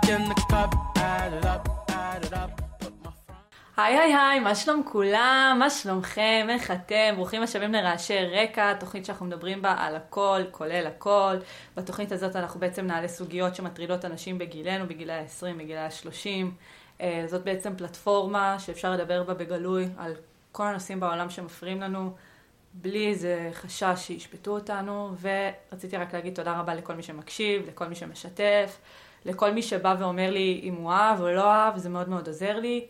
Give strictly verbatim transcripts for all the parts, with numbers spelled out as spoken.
in the cup, add it up, add it up. היי היי היי, מה שלום כולם? מה שלומכם? איך אתם? ברוכים השבים לרעשי רקע, תוכנית שאנחנו מדברים בה על הכל, כולל הכל. בתוכנית הזאת אנחנו בעצם נעלה סוגיות שמטרידות אנשים בגילנו, בגילי ה-עשרים, בגילי ה-שלושים. זאת בעצם פלטפורמה שאפשר לדבר בה בגלוי על כל הנושאים בעולם שמפריעים לנו, בלי איזה חשש שישפטו אותנו. ורציתי רק להגיד תודה רבה לכל מי שמקשיב, לכל מי שמשתף, לכל מי שבא ואומר לי אם הוא אהב או לא אהב, זה מאוד מאוד עוזר לי.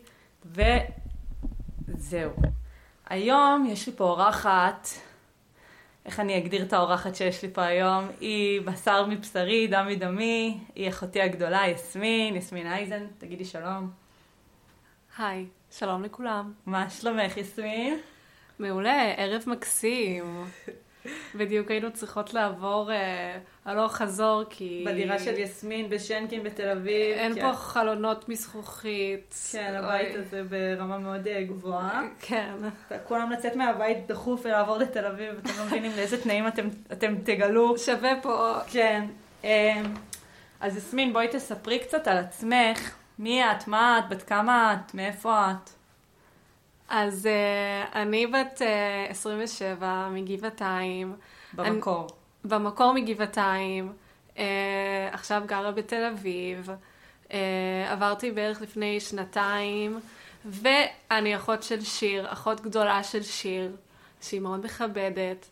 וזהו. היום יש לי פה אורחת, איך אני אגדיר את האורחת שיש לי פה היום? היא בשר מבשרי, דם מדמי, היא אחותי הגדולה, יסמין, יסמין אייזן, תגידי שלום. היי, שלום לכולם. מה שלומך יסמין? מעולה, ערב מקסים. בדיוק היינו צריכות לעבור אה, הלוך חזור כי... בדירה של יסמין בשנקין בתל אביב. אין כן. פה חלונות מזכוכית. כן, הבית אוי. הזה ברמה מאוד גבוהה. כן. כולם לצאת מהבית דחוף ולעבור לתל אביב, אתם לא מבינים לאיזה תנאים אתם, אתם תגלו. שווה פה. כן. אז יסמין, בואי תספרי קצת על עצמך. מי את? מה את? בת כמה את? מאיפה את? אז uh, אני בת uh, עשרים ושבע מגבעתיים. במקור. אני, במקור מגבעתיים. Uh, עכשיו גרה בתל אביב. Uh, עברתי בערך לפני שנתיים. ואני אחות של שיר, אחות גדולה של שיר, שהיא מאוד מכבדת.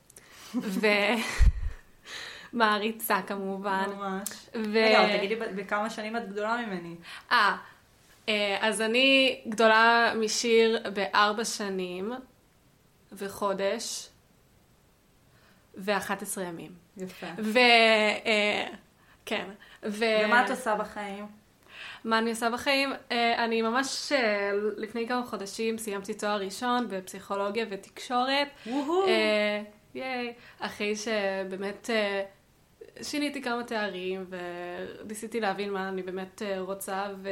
ומעריצה כמובן. ממש. ו... רגע, תגידי בכמה שנים את גדולה ממני. אה. אז אני גדולה משיר בארבע שנים וחודש ואחת עשרה ימים. יפה. ו... כן. ו... ומה את עושה בחיים? מה אני עושה בחיים? אני ממש לפני כמה חודשים סיימתי תואר ראשון בפסיכולוגיה ותקשורת. וואו. ייי. אחרי שבאמת שיניתי כמה תארים וניסיתי להבין מה אני באמת רוצה ו...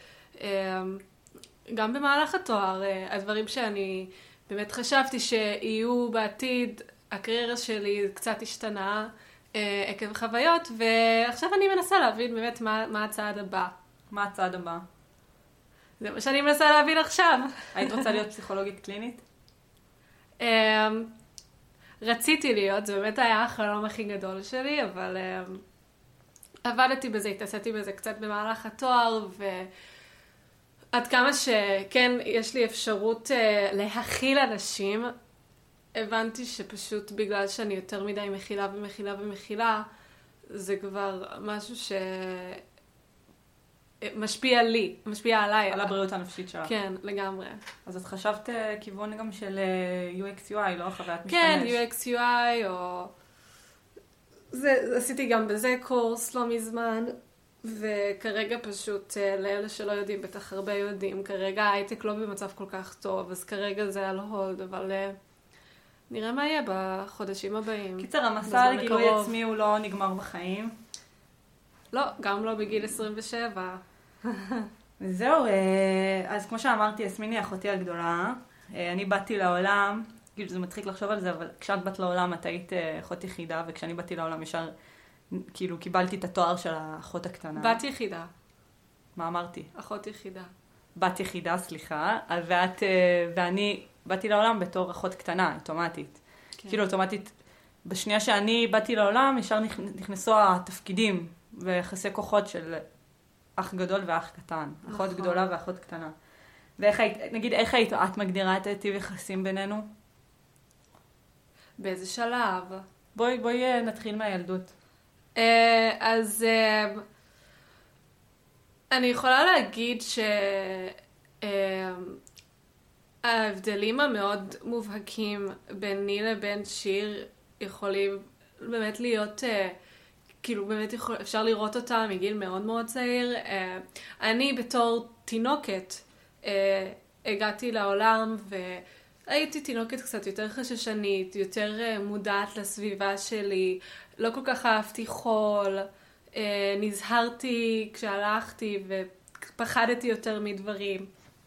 גם במהלך התואר, הדברים שאני באמת חשבתי שיהיו בעתיד, הקריירה שלי קצת השתנה עקב חוויות, ועכשיו אני מנסה להבין באמת מה, מה הצעד הבא. מה הצעד הבא? זה מה שאני מנסה להבין עכשיו. היית רוצה להיות פסיכולוגית קלינית? רציתי להיות, זה באמת היה החלום הכי גדול שלי, אבל עבדתי בזה, התעשיתי בזה קצת במהלך התואר, ו... עד כמה שכן, יש לי אפשרות uh, להכיל אנשים, הבנתי שפשוט בגלל שאני יותר מדי מכילה ומכילה ומכילה, זה כבר משהו שמשפיע לי, משפיע עליי. על הבריאות הנפשית שלך. כן, לגמרי. אז את חשבת uh, כיוון גם של uh, יו אקס יו איי, לא חוויית משתמש? כן, יו אקס יו איי, או... זה, עשיתי גם בזה קורס לא מזמן. וכרגע פשוט, לאלה שלא יודעים, בטח הרבה יודעים, כרגע ההייטק לא במצב כל כך טוב, אז כרגע זה על הולד, אבל נראה מה יהיה בחודשים הבאים. קיצר, המסע לגילוי עצמי הוא לא נגמר בחיים? לא, גם לא בגיל עשרים ושבע. זהו, אז כמו שאמרתי, יסמין היא אחותי הגדולה. אני באתי לעולם, כאילו זה מצחיק לחשוב על זה, אבל כשאת באת לעולם את היית אחות יחידה, וכשאני באתי לעולם ישר... כאילו, קיבלתי את התואר של האחות הקטנה. בת יחידה. מה אמרתי? אחות יחידה. בת יחידה, סליחה. ואת, ואני באתי לעולם בתור אחות קטנה, אוטומטית. כן. כאילו, אוטומטית, בשנייה שאני באתי לעולם, ישר נכנסו התפקידים ויחסי כוחות של אח גדול ואח קטן. נכון. אחות גדולה ואחות קטנה. ואיך היית, נגיד, איך היית, את מגדירה את הטיב יחסים בינינו? באיזה שלב? בואי, בואי נתחיל מהילדות. אז אני יכולה להגיד שההבדלים המאוד מובהקים ביני לבין שיר יכולים באמת להיות, כאילו באמת יכול, אפשר לראות אותה מגיל מאוד מאוד צעיר. אני בתור תינוקת הגעתי לעולם והייתי תינוקת קצת יותר חששנית, יותר מודעת לסביבה שלי, לא כל כך אהבתי חול, נזהרתי כשהלכתי ופחדתי יותר מדברים.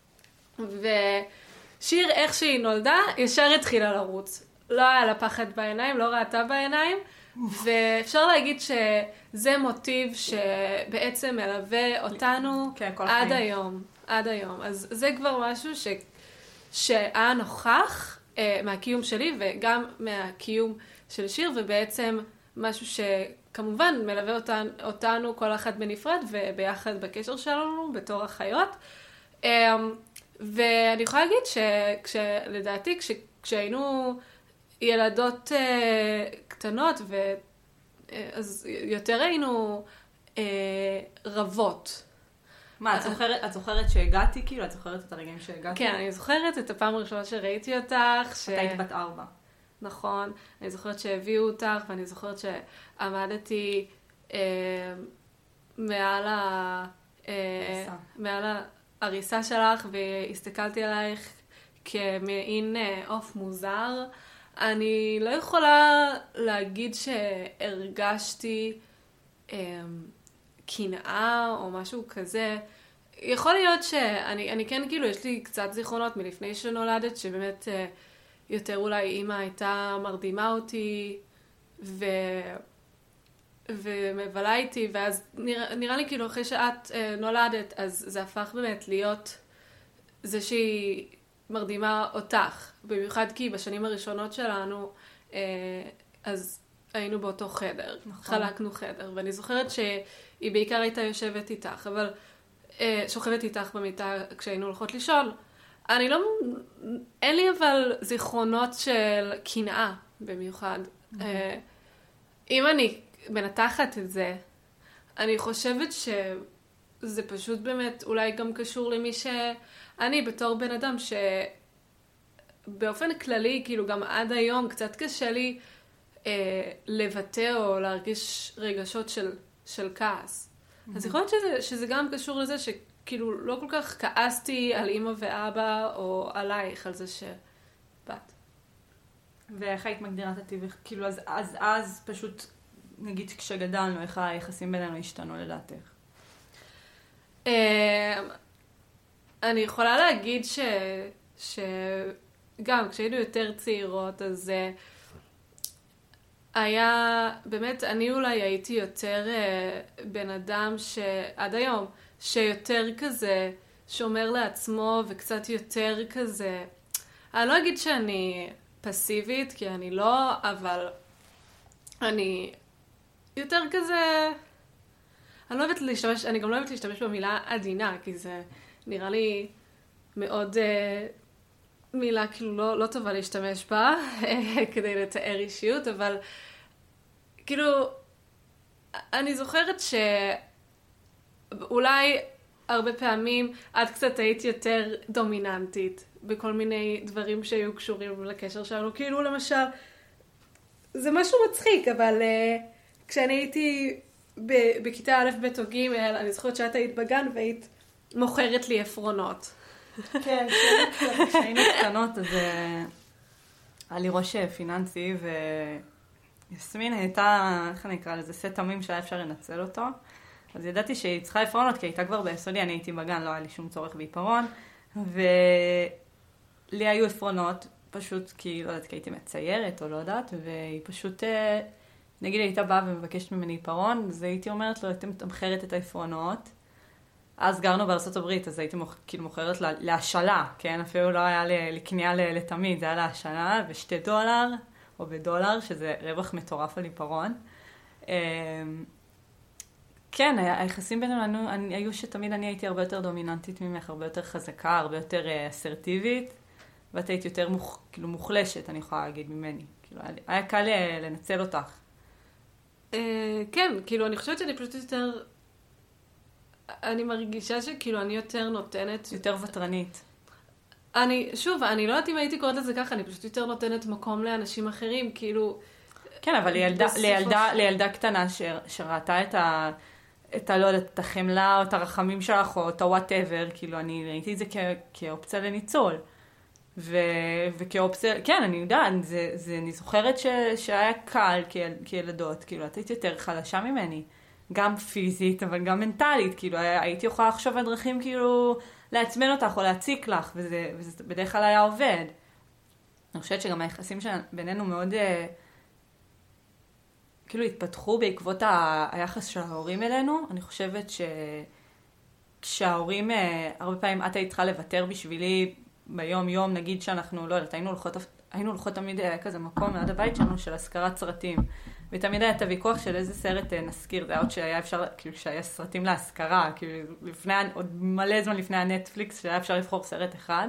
ושיר, איך שהיא נולדה, ישר התחילה לרוץ. לא היה לה פחד בעיניים, לא ראתה בעיניים, ואפשר להגיד שזה מוטיב שבעצם מלווה אותנו כן, כל עד החיים. היום. עד היום. אז זה כבר משהו ש... שהיה נוכח אה, מהקיום שלי וגם מהקיום של שיר, ובעצם משהו שכמובן מלווה אותן, אותנו כל אחת בנפרד וביחד בקשר שלנו בתור החיות. אה, ואני יכולה להגיד שלדעתי כש, כשהיינו ילדות אה, קטנות, ו, אה, אז יותר היינו אה, רבות. מה, את זוכרת, את זוכרת שהגעתי? כאילו, את זוכרת את הרגעים שהגעתי? כן, אני זוכרת את הפעם הראשונה שראיתי אותך. ש... את היית בת ארבע. נכון, אני זוכרת שהביאו אותך, ואני זוכרת שעמדתי אה, מעל, ה, אה, מעל העריסה שלך, והסתכלתי עלייך כמעין אה, עוף מוזר. אני לא יכולה להגיד שהרגשתי אה, קנאה או משהו כזה. יכול להיות שאני אני כן, כאילו, יש לי קצת זיכרונות מלפני שנולדת, שבאמת אה, יותר אולי אמא הייתה מרדימה אותי ו... ומבלה איתי, ואז נראה, נראה לי כאילו אחרי שאת אה, נולדת, אז זה הפך באמת להיות זה שהיא מרדימה אותך, במיוחד כי בשנים הראשונות שלנו, אה, אז היינו באותו חדר, נכון. חלקנו חדר, ואני זוכרת שהיא בעיקר הייתה יושבת איתך, אבל אה, שוכבת איתך במיטה כשהיינו הולכות לישון. אני לא, אין לי אבל זיכרונות של קנאה במיוחד. Mm-hmm. אה, אם אני מנתחת את זה, אני חושבת שזה פשוט באמת אולי גם קשור למי שאני בתור בן אדם שבאופן כללי, כאילו גם עד היום קצת קשה לי אה, לבטא או להרגיש רגשות של, של כעס. Mm-hmm. אז יכול להיות שזה, שזה גם קשור לזה שכאילו לא כל כך כעסתי על אמא ואבא או עלייך, על זה שבאת. ואיך היית מגדירה את הטבעך? כאילו אז, אז, אז פשוט נגיד כשגדלנו, איך היחסים בינינו השתנו לדעתך? אני יכולה להגיד ש... שגם כשהיינו יותר צעירות, אז היה, באמת, אני אולי הייתי יותר בן אדם שעד היום, שיותר כזה שומר לעצמו וקצת יותר כזה, אני לא אגיד שאני פסיבית, כי אני לא, אבל אני יותר כזה, אני לא אוהבת להשתמש, אני גם לא אוהבת להשתמש במילה עדינה, כי זה נראה לי מאוד אה, מילה כאילו לא, לא טובה להשתמש בה, כדי לתאר אישיות, אבל כאילו, אני זוכרת שאולי הרבה פעמים עד קצת הייתי יותר דומיננטית, בכל מיני דברים שהיו קשורים לקשר שלנו, כאילו למשל, זה משהו מצחיק, אבל uh, כשאני הייתי ב- בכיתה א', ב' או ג', אני זוכרת שאת היית בגן והיית מוכרת לי עפרונות. כן, כשהיינו קטנות, אז היה לי ראש פיננסי, ויסמין הייתה, איך אני אקרא לזה, סט תמים שהיה אפשר לנצל אותו. אז ידעתי שהיא צריכה עפרונות, כי הייתה כבר ביסודי, אני הייתי בגן, לא היה לי שום צורך בעיפרון, ולי היו עפרונות, פשוט כי, לא יודעת, כי הייתי מציירת או לא יודעת, והיא פשוט, נגיד הייתה באה ומבקשת ממני עיפרון, אז הייתי אומרת לו, אתם תמחרת את העפרונות. אז גרנו בארצות הברית, אז הייתי מוכ... כאילו מוכרת להשאלה, כן? אפילו לא היה לקנייה לתמיד, זה היה להשאלה, ושתי דולר, או בדולר, שזה רווח מטורף על עיפרון. כן, היחסים בינינו היו שתמיד אני הייתי הרבה יותר דומיננטית ממך, הרבה יותר חזקה, הרבה יותר אסרטיבית, ואת היית יותר מוכ... כאילו מוחלשת, אני יכולה להגיד ממני. כאילו, היה קל לנצל אותך. כן, כאילו, אני חושבת שאני פשוט יותר... אני מרגישה שכאילו אני יותר נותנת... יותר וטרנית. אני, שוב, אני לא יודעת אם הייתי קוראת לזה ככה, אני פשוט יותר נותנת מקום לאנשים אחרים, כאילו... כן, אבל לילדה, לילדה, לילדה קטנה ש, שראתה את ה... את ה... לא יודעת, את החמלה או את הרחמים שלך או את ה-whatever, כאילו אני ראיתי את זה כ, כאופציה לניצול. ו, וכאופציה... כן, אני יודעת, זה, זה, אני זוכרת ש, שהיה קל כיל, כילדות, כאילו, את היית יותר חלשה ממני. גם פיזית, אבל גם מנטלית, כאילו, הייתי יכולה לחשוב על דרכים, כאילו, לעצמן אותך או להציק לך, וזה, וזה בדרך כלל היה עובד. אני חושבת שגם היחסים בינינו מאוד, כאילו התפתחו בעקבות ה- היחס של ההורים אלינו. אני חושבת שכשההורים, אה, הרבה פעמים את היית צריכה לוותר בשבילי ביום יום, נגיד שאנחנו, לא יודעת, היינו הולכות, היינו הולכות תמיד, היה כזה מקום ליד הבית שלנו של הזכרת סרטים. ותמיד היה את הוויכוח של איזה סרט אה, נזכיר, זה היה עוד שהיה אפשר, כאילו שהיה סרטים להזכרה, כאילו לפני, עוד מלא זמן לפני הנטפליקס, שהיה אפשר לבחור סרט אחד.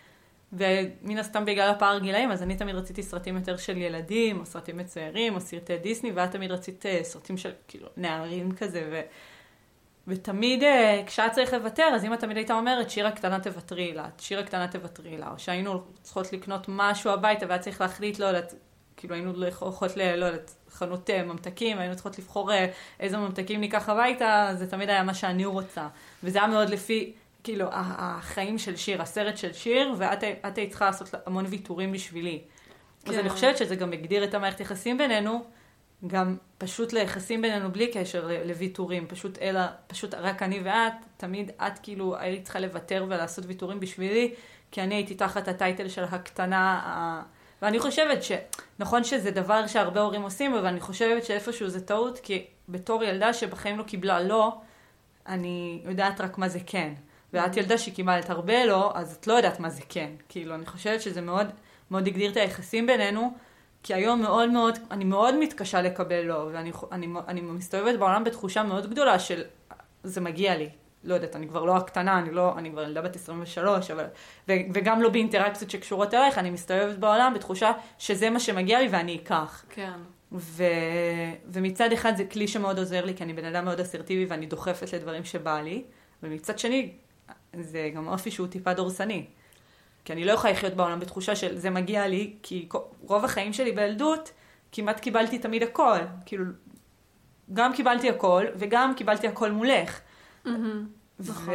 ומן הסתם בגלל הפער גילאים, אז אני תמיד רציתי סרטים יותר של ילדים, או סרטים מצוירים, או סרטי דיסני, ואת תמיד רצית סרטים של כאילו נערים כזה, ו... ותמיד כשאת צריך לוותר, אז אם את תמיד הייתה אומרת, שירה קטנה תוותרי לה, שירה קטנה תוותרי לה, או שהיינו צריכות לקנות משהו הביתה, ואת צריך להחליט, לא יודעת, כאילו היינו הולכות ל... לא יודעת, חנות ממתקים, היינו צריכות לבחור איזה ממתקים ניקח הביתה, זה תמיד היה מה שאני רוצה. וזה היה מאוד לפי... כאילו, החיים של שיר, הסרט של שיר, ואת היית צריכה לעשות המון ויתורים בשבילי. כן. אז אני חושבת שזה גם מגדיר את המערכת יחסים בינינו, גם פשוט ליחסים בינינו בלי קשר לוויתורים, פשוט אלא, פשוט רק אני ואת, תמיד את כאילו היית צריכה לוותר ולעשות ויתורים בשבילי, כי אני הייתי תחת הטייטל של הקטנה, ואני חושבת שנכון שזה דבר שהרבה הורים עושים, אבל אני חושבת שאיפשהו זה טעות, כי בתור ילדה שבחיים לא קיבלה לא, אני יודעת רק מה זה כן. ואת ילדה שקיבלת הרבה לא, אז את לא יודעת מה זה כן. כאילו, אני חושבת שזה מאוד, מאוד הגדיר את היחסים בינינו, כי היום מאוד מאוד, אני מאוד מתקשה לקבל לא, ואני אני, אני מסתובבת בעולם בתחושה מאוד גדולה של, זה מגיע לי. לא יודעת, אני כבר לא הקטנה, אני לא, אני כבר ילדה בת עשרים ושלוש, אבל, ו, וגם לא באינטראקציות שקשורות אלייך, אני מסתובבת בעולם בתחושה שזה מה שמגיע לי ואני אקח. כן. ו, ומצד אחד זה כלי שמאוד עוזר לי, כי אני בן אדם מאוד אסרטיבי ואני דוחפת לדברים שבא לי, ומצד שני, זה גם אופי שהוא טיפה דורסני. כי אני לא יכולה לחיות בעולם בתחושה של זה מגיע לי, כי רוב החיים שלי בילדות, כמעט קיבלתי תמיד הכל. כאילו, גם קיבלתי הכל, וגם קיבלתי הכל מולך. נכון.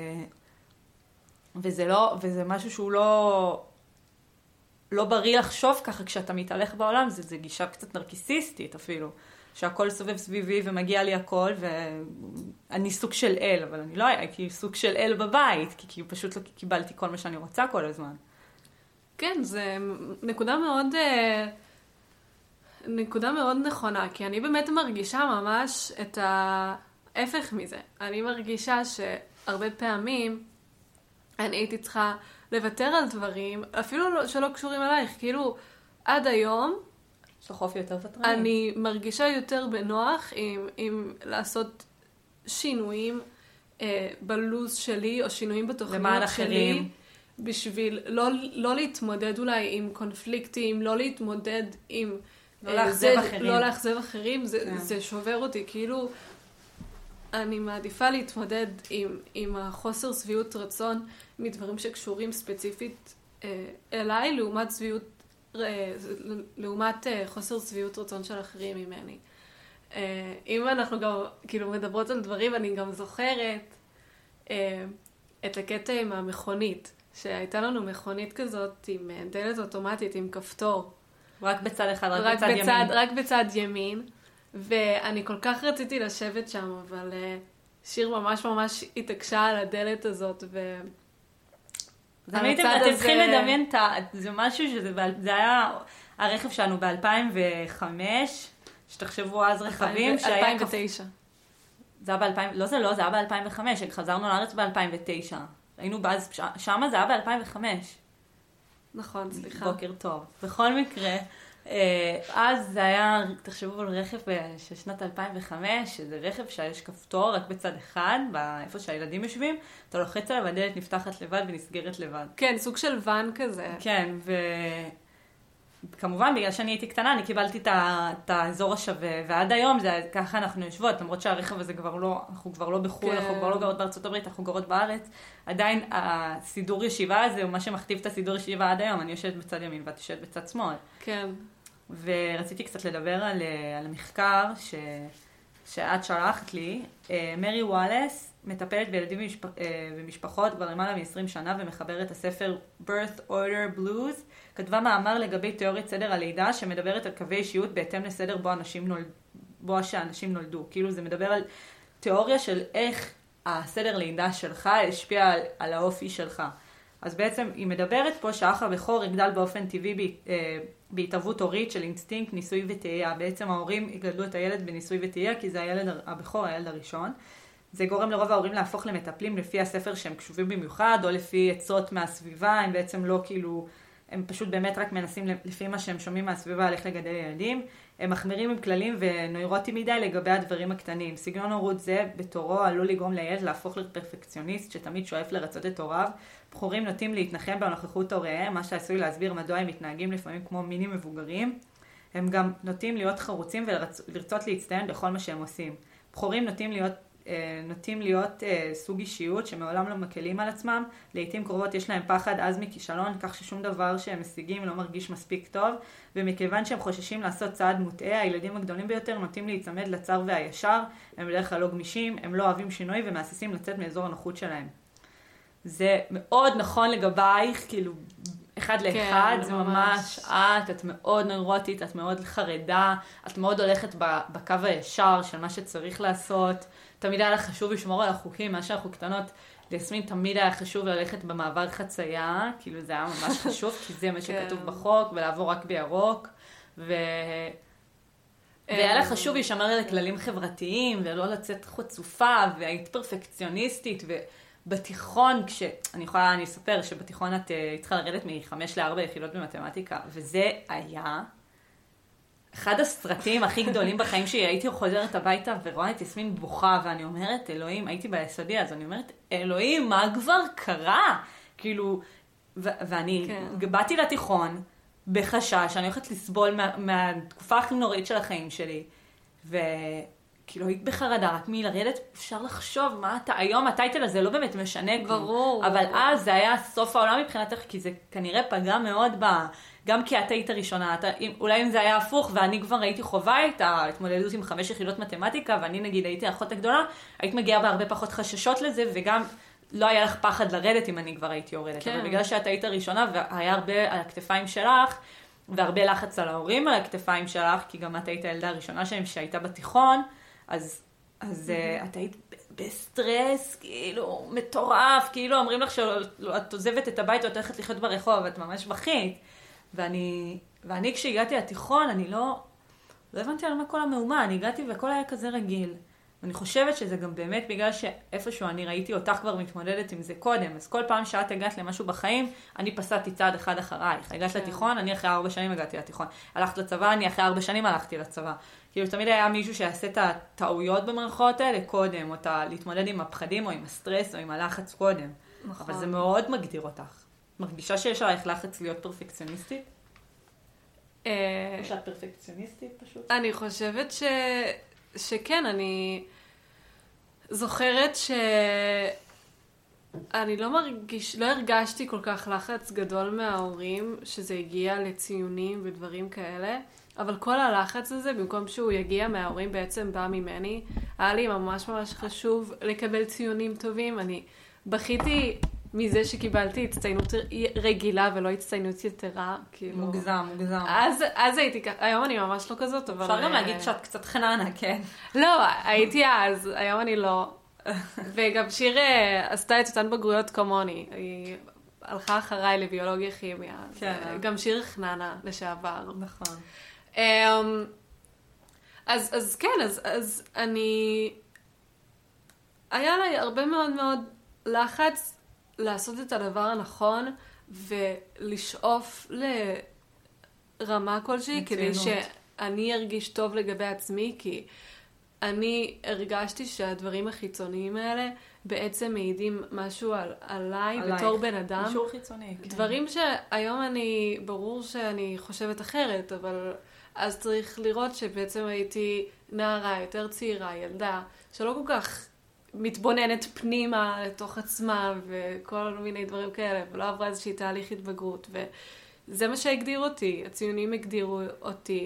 וזה לא, וזה משהו שהוא לא, לא בריא לחשוב ככה כשאתה מתהלך בעולם, זה, זה גישה קצת נרקיסיסטית אפילו. שהכל סובב סביבי ומגיע לי הכל, ואני סוג של אל, אבל אני לא הייתי סוג של אל בבית, כי, כי פשוט לא קיבלתי כל מה שאני רוצה כל הזמן. כן, זה נקודה מאוד, נקודה מאוד נכונה, כי אני באמת מרגישה ממש את ההפך מזה. אני מרגישה שהרבה פעמים אני הייתי צריכה לוותר על דברים, אפילו שלא קשורים אלייך, כאילו עד היום, שחופי יותר ותרני. אני מרגישה יותר בנוח עם, עם לעשות שינויים אה, בלוז שלי, או שינויים בתוכניות שלי, בשביל לא, לא להתמודד אולי עם קונפליקטים, לא להתמודד עם... לא אה, לאכזב זה, אחרים. לא לאכזב אחרים, זה, yeah. זה שובר אותי. כאילו, אני מעדיפה להתמודד עם, עם החוסר שביעות רצון מדברים שקשורים ספציפית אה, אליי, לעומת שביעות לעומת חוסר שביעות רצון של אחרים ממני. אם אנחנו גם כאילו מדברות על דברים, אני גם זוכרת את הקטע עם המכונית, שהייתה לנו מכונית כזאת עם דלת אוטומטית, עם כפתור. רק בצד אחד, רק, רק בצד, בצד ימין. רק בצד ימין. ואני כל כך רציתי לשבת שם, אבל שיר ממש ממש התעקשה על הדלת הזאת, ו... אתם צריכים לדמיין, זה משהו שזה היה הרכב שלנו ב-אלפיים וחמש, שתחשבו אז רכבים שהיה... אלפיים ותשע. זה היה ב-אלפיים, לא זה לא, זה היה ב-אלפיים וחמש, חזרנו לארץ ב-אלפיים ותשע. היינו באז, שמה זה היה ב-אלפיים וחמש. נכון, סליחה. בוקר טוב. בכל מקרה, אז זה היה, תחשבו על רכב של שנת אלפיים וחמש, שזה רכב שיש כפתור רק בצד אחד, איפה שהילדים יושבים, אתה לוחץ עליו, הדלת נפתחת לבד ונסגרת לבד. כן, סוג של ואן כזה. כן, וכמובן, בגלל שאני הייתי קטנה, אני קיבלתי את האזור השווה, ועד היום זה ככה אנחנו יושבות, למרות שהרכב הזה כבר לא, אנחנו כבר לא בחו"ל, כן. אנחנו כבר לא גרות בארצות הברית, אנחנו גרות בארץ, עדיין הסידור ישיבה הזה הוא מה שמכתיב את הסידור ישיבה עד היום, אני יושבת בצד ימין ואת יושבת בצד שמאל. כן. ורציתי קצת לדבר על, על המחקר ש, שאת שלחת לי. מרי וואלס מטפלת בילדים ומשפ, ומשפחות כבר למעלה מ-עשרים שנה ומחברת הספר Birth Order Blues. כתבה מאמר לגבי תיאוריית סדר הלידה שמדברת על קווי אישיות בהתאם לסדר בו אנשים נולד, בו שאנשים נולדו. כאילו זה מדבר על תיאוריה של איך הסדר לידה שלך השפיע על, על האופי שלך. אז בעצם היא מדברת פה שהאח הבכור יגדל באופן טבעי בהתערבות הורית של אינסטינקט, ניסוי וטעייה. בעצם ההורים יגדלו את הילד בניסוי וטעייה, כי זה הילד הבכור, הילד הראשון. זה גורם לרוב ההורים להפוך למטפלים לפי הספר שהם קשובים במיוחד, או לפי עצות מהסביבה, הם בעצם לא כאילו, הם פשוט באמת רק מנסים לפי מה שהם שומעים מהסביבה על איך לגדל ילדים. הם מחמירים עם כללים ונוירוטים מדי לגבי הדברים הקטנים. סגנון הורות זה בתורו עלול לגרום לילד להפוך לפרפקציוניסט שתמיד שואף לרצות את הוריו. בחורים נוטים להתנחם בנוכחות הוריהם, מה שעשוי להסביר מדוע הם מתנהגים לפעמים כמו מיני מבוגרים. הם גם נוטים להיות חרוצים ולרצות להצטיין בכל מה שהם עושים. בחורים נוטים להיות נוטים להיות סוג אישיות שמעולם לא מקלים על עצמם, לעתים קרובות יש להם פחד אז מכישלון, כך ששום דבר שהם משיגים לא מרגיש מספיק טוב, ומכיוון שהם חוששים לעשות צעד מוטעה, הילדים הגדולים ביותר נוטים להיצמד לצר והישר, הם בדרך כלל לא גמישים, הם לא אוהבים שינוי ומהססים לצאת מאזור הנוחות שלהם. זה מאוד נכון לגבייך, כאילו אחד לאחד, כן, זה ממש את, את מאוד נוירוטית, את מאוד חרדה, את מאוד הולכת בקו הישר של מה שצריך לעשות, תמיד היה לך חשוב לשמור על החוקים, מה שאנחנו קטנות, ליסמין תמיד היה חשוב ללכת במעבר חצייה, כאילו זה היה ממש חשוב, כי זה מה שכתוב בחוק, ולעבור רק בירוק, ו... והיה לך חשוב להישמר על כללים חברתיים, ולא לצאת חצופה, והיית פרפקציוניסטית, ובתיכון, כש... אני יכולה, אני אספר שבתיכון את צריכה לרדת מחמש לארבע יחידות במתמטיקה, וזה היה... אחד הסרטים הכי גדולים בחיים שלי, הייתי חוזרת הביתה ורואה את יסמין בוכה, ואני אומרת, אלוהים, הייתי ביסודי, אז אני אומרת, אלוהים, מה כבר קרה? כאילו, ו- ואני כן. באתי לתיכון בחשש, שאני הולכת לסבול מה- מהתקופה הכי נוראית של החיים שלי, וכאילו היית בחרדה, רק מלרדת אפשר לחשוב מה אתה, היום הטייטל הזה לא באמת משנה כלום, ברור. אבל אז זה היה סוף העולם מבחינתך, כי זה כנראה פגע מאוד ב... גם כי את היית הראשונה, אתה, אולי אם זה היה הפוך, ואני כבר הייתי חובה את ההתמודדות עם חמש יחידות מתמטיקה, ואני נגיד הייתי האחות הגדולה, היית מגיעה בהרבה פחות חששות לזה, וגם לא היה לך פחד לרדת אם אני כבר הייתי יורדת. כן. אבל בגלל שאת היית הראשונה, והיה הרבה על הכתפיים שלך, והרבה לחץ על ההורים על הכתפיים שלך, כי גם את היית הילדה הראשונה שלהם שהייתה בתיכון, אז, אז mm-hmm. את היית בסטרס, כאילו, מטורף, כאילו אומרים לך שאת עוזבת את הבית, ואת הולכת לחיות ברחוב, ואת ממש בכית. ואני, ואני כשהגעתי לתיכון, אני לא, לא הבנתי על מה כל המהומה, אני הגעתי והכל היה כזה רגיל. ואני חושבת שזה גם באמת בגלל שאיפשהו אני ראיתי אותך כבר מתמודדת עם זה קודם, אז כל פעם שאת הגעת למשהו בחיים, אני פסעתי צעד אחד אחרייך. הגעת לתיכון, אני אחרי ארבע שנים הגעתי לתיכון. הלכת לצבא, אני אחרי ארבע שנים הלכתי לצבא. כאילו תמיד היה מישהו שיעשה את הטעויות במרכאות האלה קודם, או להתמודד עם הפחדים, או עם הסטרס, או עם הלחץ קודם. נכון. אבל זה מאוד מגדיר אותך. מרגישה שיש עלייך לחץ להיות פרפקציוניסטית? או שאת פרפקציוניסטית פשוט? אני חושבת ש... שכן, אני זוכרת ש... אני לא מרגיש, לא הרגשתי כל כך לחץ גדול מההורים, שזה הגיע לציונים ודברים כאלה, אבל כל הלחץ הזה, במקום שהוא יגיע מההורים, בעצם בא ממני. היה לי ממש ממש חשוב לקבל ציונים טובים. אני בכיתי מזה שקיבלתי הצטיינות רגילה ולא הצטיינות יתרה. כאילו... מוגזם, מוגזם. אז, אז הייתי ככה, היום אני ממש לא כזאת, אבל... אפשר גם להגיד שאת קצת חננה, כן. לא, הייתי אז, היום אני לא. וגם שיר עשתה את אותן בגרויות כמוני. היא הלכה אחריי לביולוגיה כימיה. כן. גם שיר חננה לשעבר. נכון. אז, אז כן, אז, אז אני... היה לי הרבה מאוד מאוד לחץ לעשות את הדבר הנכון ולשאוף לרמה כלשהי כדי שאני ארגיש טוב לגבי עצמי, כי אני הרגשתי שהדברים החיצוניים האלה בעצם מעידים משהו על, עליי עלייך, בתור בן אדם. אישור חיצוני. כן. דברים שהיום אני, ברור שאני חושבת אחרת, אבל אז צריך לראות שבעצם הייתי נערה, יותר צעירה, ילדה, שלא כל כך מתבוננת פנימה לתוך עצמה וכל מיני דברים כאלה, ולא עברה איזושהי תהליך התבגרות, וזה מה שהגדיר אותי, הציונים הגדירו אותי,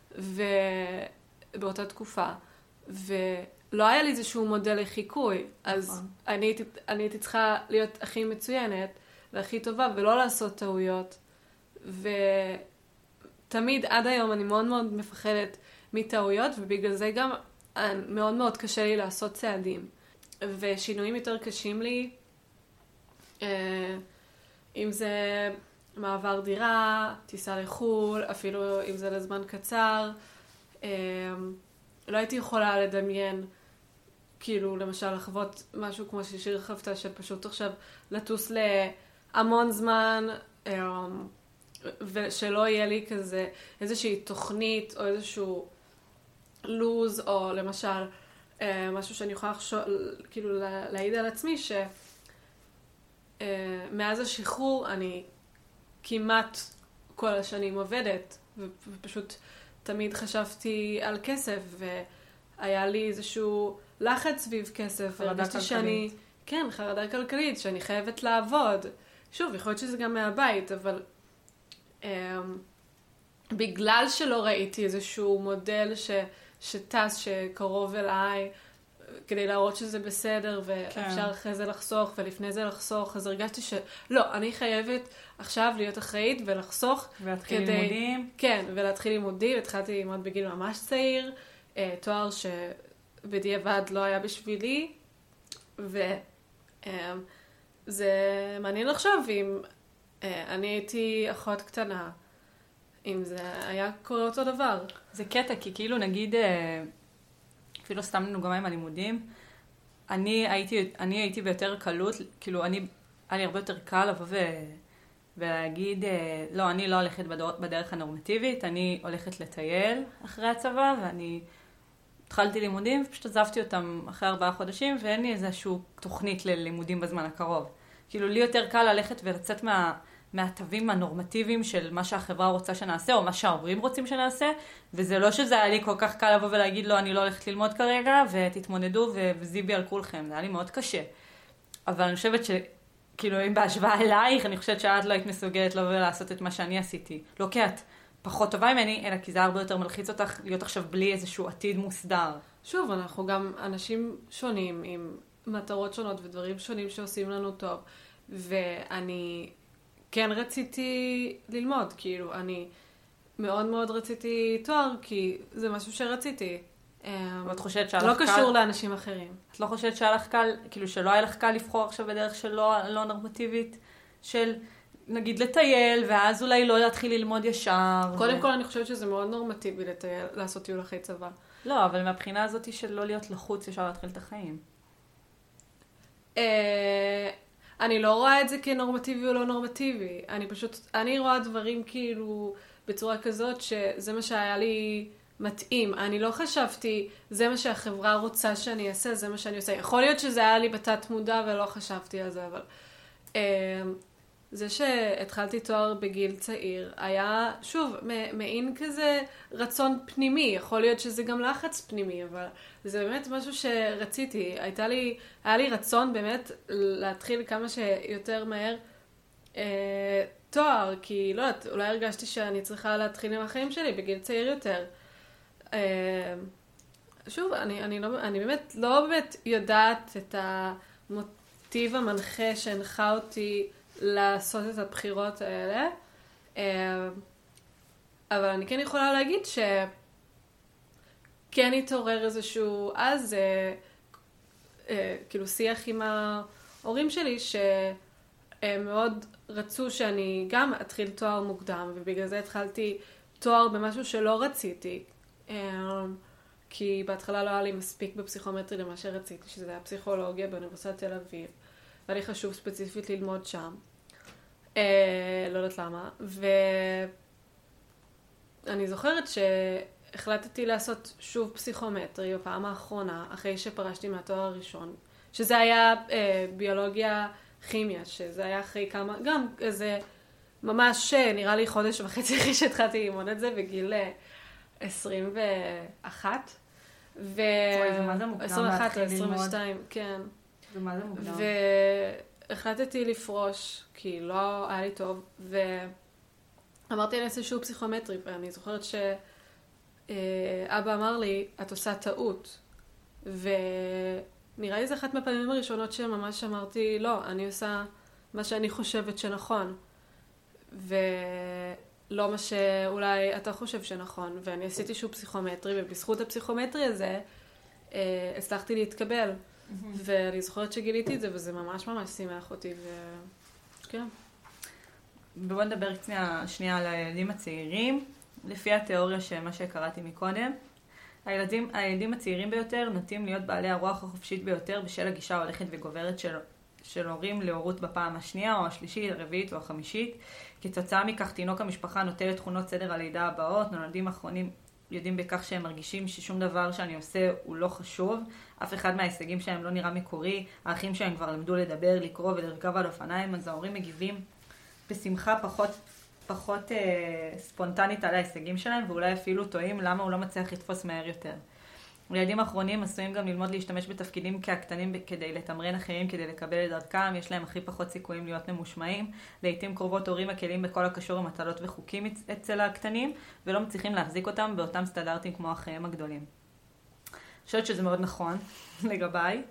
ובאותה תקופה, ולא היה לי איזשהו מודל לחיקוי, אז אני הייתי, אני הייתי צריכה להיות הכי מצוינת והכי טובה, ולא לעשות טעויות, ותמיד עד היום אני מאוד מאוד מפחדת מטעויות, ובגלל זה גם מאוד מאוד קשה לי לעשות צעדים. ושינויים יותר קשים לי, אם זה מעבר דירה, טיסה לחול, אפילו אם זה לזמן קצר. לא הייתי יכולה לדמיין, כאילו למשל לחוות משהו כמו ששיר חוותה, שפשוט עכשיו לטוס להמון זמן, ושלא יהיה לי כזה איזושהי תוכנית או איזשהו לוז, או למשל משהו שאני יכולה לחשוב, כאילו להעיד על עצמי, שמאז השחרור אני כמעט כל השנים עובדת, ופשוט תמיד חשבתי על כסף, והיה לי איזשהו לחץ סביב כסף, והרגשתי שאני, כן, חרדה כלכלית, שאני חייבת לעבוד. שוב, יכול להיות שזה גם מהבית, אבל בגלל שלא ראיתי איזשהו מודל ש, שטס, שקרוב אליי, כדי להראות שזה בסדר, ואפשר כן. אחרי זה לחסוך, ולפני זה לחסוך, אז הרגשתי שלא, אני חייבת עכשיו להיות אחראית ולחסוך. ולהתחיל כדי, לימודים. כן, ולהתחיל לימודים. התחלתי ללמוד בגיל ממש צעיר, תואר שבדיעבד לא היה בשבילי, וזה מעניין לחשוב אם אני הייתי אחות קטנה, אם זה היה קורה אותו דבר. זה קטע, כי כאילו נגיד, אפילו סתם לנו גם עם הלימודים, אני הייתי, אני הייתי ביותר קלות, כאילו אני, היה לי הרבה יותר קל לבוא ו, ולהגיד, לא, אני לא הולכת בדרך הנורמטיבית, אני הולכת לטייל אחרי הצבא, ואני התחלתי לימודים, ופשוט עזבתי אותם אחרי ארבעה חודשים, ואין לי איזשהו תוכנית ללימודים בזמן הקרוב. כאילו לי יותר קל ללכת ולצאת מה... מהטבים הנורמטיביים של מה שהחברה רוצה שנעשה, או מה שההורים רוצים שנעשה, וזה לא שזה היה לי כל כך קל לבוא ולהגיד, לא, אני לא הולכת ללמוד כרגע, ותתמודדו וזיבי על כולכם. זה היה לי מאוד קשה. אבל אני חושבת שכאילו, אם בהשוואה אלייך, אני חושבת שאת לא היית מסוגלת לבוא ולעשות את מה שאני עשיתי. לא כי את פחות טובה ממני, אלא כי זה הרבה יותר מלחיץ אותך להיות עכשיו בלי איזשהו עתיד מוסדר. שוב, אנחנו גם אנשים שונים, עם מטרות שונות ודברים שונים שעושים לנו טוב, ואני... כן רציתי ללמוד, כאילו, אני מאוד מאוד רציתי תואר, כי זה משהו שרציתי. ואת חושבת שהלך קל... לא קשור קל... לאנשים אחרים. את לא חושבת שהלך קל, כאילו שלא היה לך קל לבחור עכשיו בדרך שלא לא נורמטיבית, של נגיד לטייל, ואז אולי לא להתחיל ללמוד ישר. קודם ו... כל אני חושבת שזה מאוד נורמטיבי לטייל, לעשות טיול אחרי צבא. לא, אבל מהבחינה הזאת של לא להיות לחוץ, ישר להתחיל את החיים. אה... אני לא רואה את זה כנורמטיבי או לא נורמטיבי. אני פשוט, אני רואה דברים כאילו בצורה כזאת שזה מה שהיה לי מתאים. אני לא חשבתי, זה מה שהחברה רוצה שאני אעשה, זה מה שאני עושה. יכול להיות שזה היה לי בתת מודע ולא חשבתי על זה, אבל אה, זה שהתחלתי תואר בגיל צעיר, היה שוב מעין כזה רצון פנימי. יכול להיות שזה גם לחץ פנימי, אבל זה באמת משהו שרציתי. הייתה לי, היה לי רצון באמת להתחיל כמה שיותר מהר אה, תואר, כי לא יודעת, אולי הרגשתי שאני צריכה להתחיל עם החיים שלי בגיל צעיר יותר. אה, שוב, אני, אני, לא, אני באמת לא באמת יודעת את המוטיב המנחה שהנחה אותי לעשות את הבחירות האלה, אבל אני כן יכולה להגיד שכן התעורר איזשהו אז כאילו שיח עם ההורים שלי שהם מאוד רצו שאני גם אתחיל תואר מוקדם, ובגלל זה התחלתי תואר במשהו שלא רציתי, כי בהתחלה לא היה לי מספיק בפסיכומטרי למה שרציתי, שזה היה פסיכולוגיה באוניברסיטת תל אביב, והיה לי חשוב ספציפית ללמוד שם. אה, לא יודעת למה. ואני זוכרת שהחלטתי לעשות שוב פסיכומטרי בפעם האחרונה, אחרי שפרשתי מהתואר הראשון, שזה היה אה, ביולוגיה כימיה, שזה היה אחרי כמה, גם איזה ממש נראה לי חודש וחצי אחרי שהתחלתי ללמוד את זה, בגיל עשרים ואחת. ו... אוי, זה מה זה מוקדם עשרים ואחת להתחיל עשרים ושתיים, ללמוד. כן. זה מה זה מוקדם. והחלטתי לפרוש, כי לא היה לי טוב, ואמרתי אני אעשה שוב פסיכומטרי, ואני זוכרת שאבא אמר לי, את עושה טעות. ונראה לי זה אחת מהפעמים הראשונות שממש אמרתי, לא, אני עושה מה שאני חושבת שנכון. ולא מה שאולי אתה חושב שנכון. ואני עשיתי שוב פסיכומטרי, ובזכות הפסיכומטרי הזה, הצלחתי להתקבל. ואני זוכרת שגיליתי את זה, וזה ממש ממש שימח אותי, וכן. בואו נדבר שנייה, שנייה על הילדים הצעירים. לפי התיאוריה שמה שקראתי מקודם, הילדים, הילדים הצעירים ביותר נוטים להיות בעלי הרוח החופשית ביותר בשל הגישה ההולכת וגוברת של, של הורים להורות בפעם השנייה או השלישית, הרביעית או החמישית. כתוצאה מכך תינוק המשפחה נוטה לתכונות סדר הלידה הבאות. נולדים אחרונים יודעים בכך שהם מרגישים ששום דבר שאני עושה הוא לא חשוב. אף אחד מההישגים שלהם לא נראה מקורי. האחים שלהם כבר למדו לדבר, לקרוא ולרכב על אופניים, אז ההורים מגיבים בשמחה פחות, פחות אה, ספונטנית על ההישגים שלהם, ואולי אפילו טועים למה הוא לא מצליח לתפוס מהר יותר. ילדים אחרונים עשויים גם ללמוד להשתמש בתפקידים כהקטנים כדי לתמרן אחרים, כדי לקבל את דרכם. יש להם הכי פחות סיכויים להיות ממושמעים. לעתים קרובות הורים מקלים בכל הקשור למטלות וחוקים אצל הקטנים, ולא מצליחים להחזיק אותם באותם סטנדרטים כמו אחיהם הגדולים. אני חושבת שזה מאוד נכון לגביי.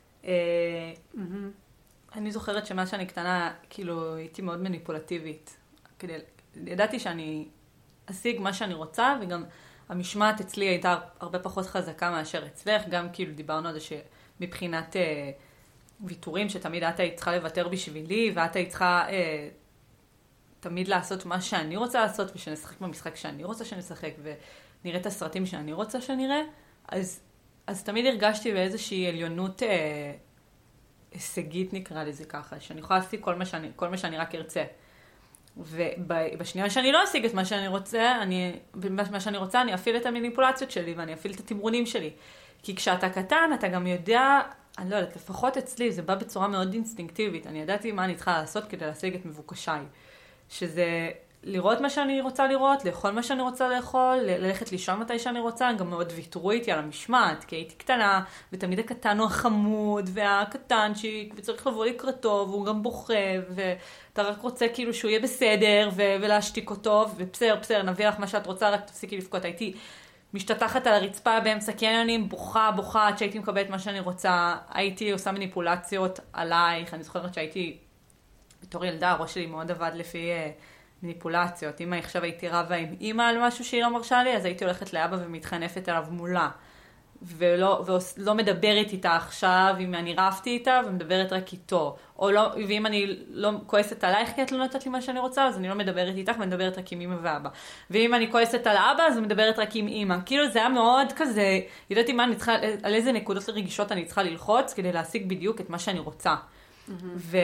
אני זוכרת שמה שאני קטנה, כאילו, הייתי מאוד מניפולטיבית. כדי, ידעתי שאני אשיג מה שאני רוצה, וגם המשמעת אצלי הייתה הרבה פחות חזקה מאשר אצלך. גם כאילו דיברנו על זה שמבחינת אה, ויתורים, שתמיד את היית צריכה לוותר בשבילי, ואת היית צריכה אה, תמיד לעשות מה שאני רוצה לעשות, ושנשחק במשחק שאני רוצה שנשחק, ונראה את הסרטים שאני רוצה שנראה. אז, אז תמיד הרגשתי באיזושהי עליונות אה, הישגית, נקרא לזה ככה, שאני יכולה לעשות כל מה שאני, כל מה שאני רק ארצה. ובשנייה שאני לא אשיג את מה שאני רוצה, אני, מה שאני רוצה, אני אפעיל את המניפולציות שלי, ואני אפעיל את התמרונים שלי. כי כשאתה קטן, אתה גם יודע, אני לא יודעת, לפחות אצלי, זה בא בצורה מאוד אינסטינקטיבית. אני ידעתי מה אני צריכה לעשות כדי להשיג את מבוקשיי. שזה לראות מה שאני רוצה לראות, לאכול מה שאני רוצה לאכול, ללכת לישון מתי שאני רוצה. גם מאוד ויתרו איתי על המשמעת, כי הייתי קטנה, ותמיד הקטן הוא החמוד, והקטנצ'יק, וצריך לבוא לקראתו, והוא גם בוכה, ואתה רק רוצה כאילו שהוא יהיה בסדר, ו- ולהשתיק אותו, ובסדר, בסדר, נביא לך מה שאת רוצה, רק תפסיקי לבכות. הייתי משתתחת על הרצפה באמצע קניונים, בוכה, בוכה, עד שהייתי מקבלת מה שאני רוצה. הייתי עושה מניפולציות עלייך. אני זוכרת שהייתי, בתור ילדה, הראש שלי מאוד עבד לפי מניפולציות. אם עכשיו הייתי רבה עם אמא על משהו שהיא לא מרשה לי, אז הייתי הולכת לאבא ומתחנפת עליו מולה. ולא, ולא מדברת איתה עכשיו, אם אני רבתי איתה, ומדברת רק איתו. או לא, ואם אני לא כועסת עלייך, כי את לא נתת לי מה שאני רוצה, אז אני לא מדברת איתך, ומדברת רק עם אמא ואבא. ואם אני כועסת על האבא, אז אני מדברת רק עם אמא. כאילו זה היה מאוד כזה, ידעתי מה אני צריכה, על איזה נקודות רגישות אני צריכה ללחוץ, כדי להשיג בדיוק את מה שאני רוצה. Mm-hmm. ו...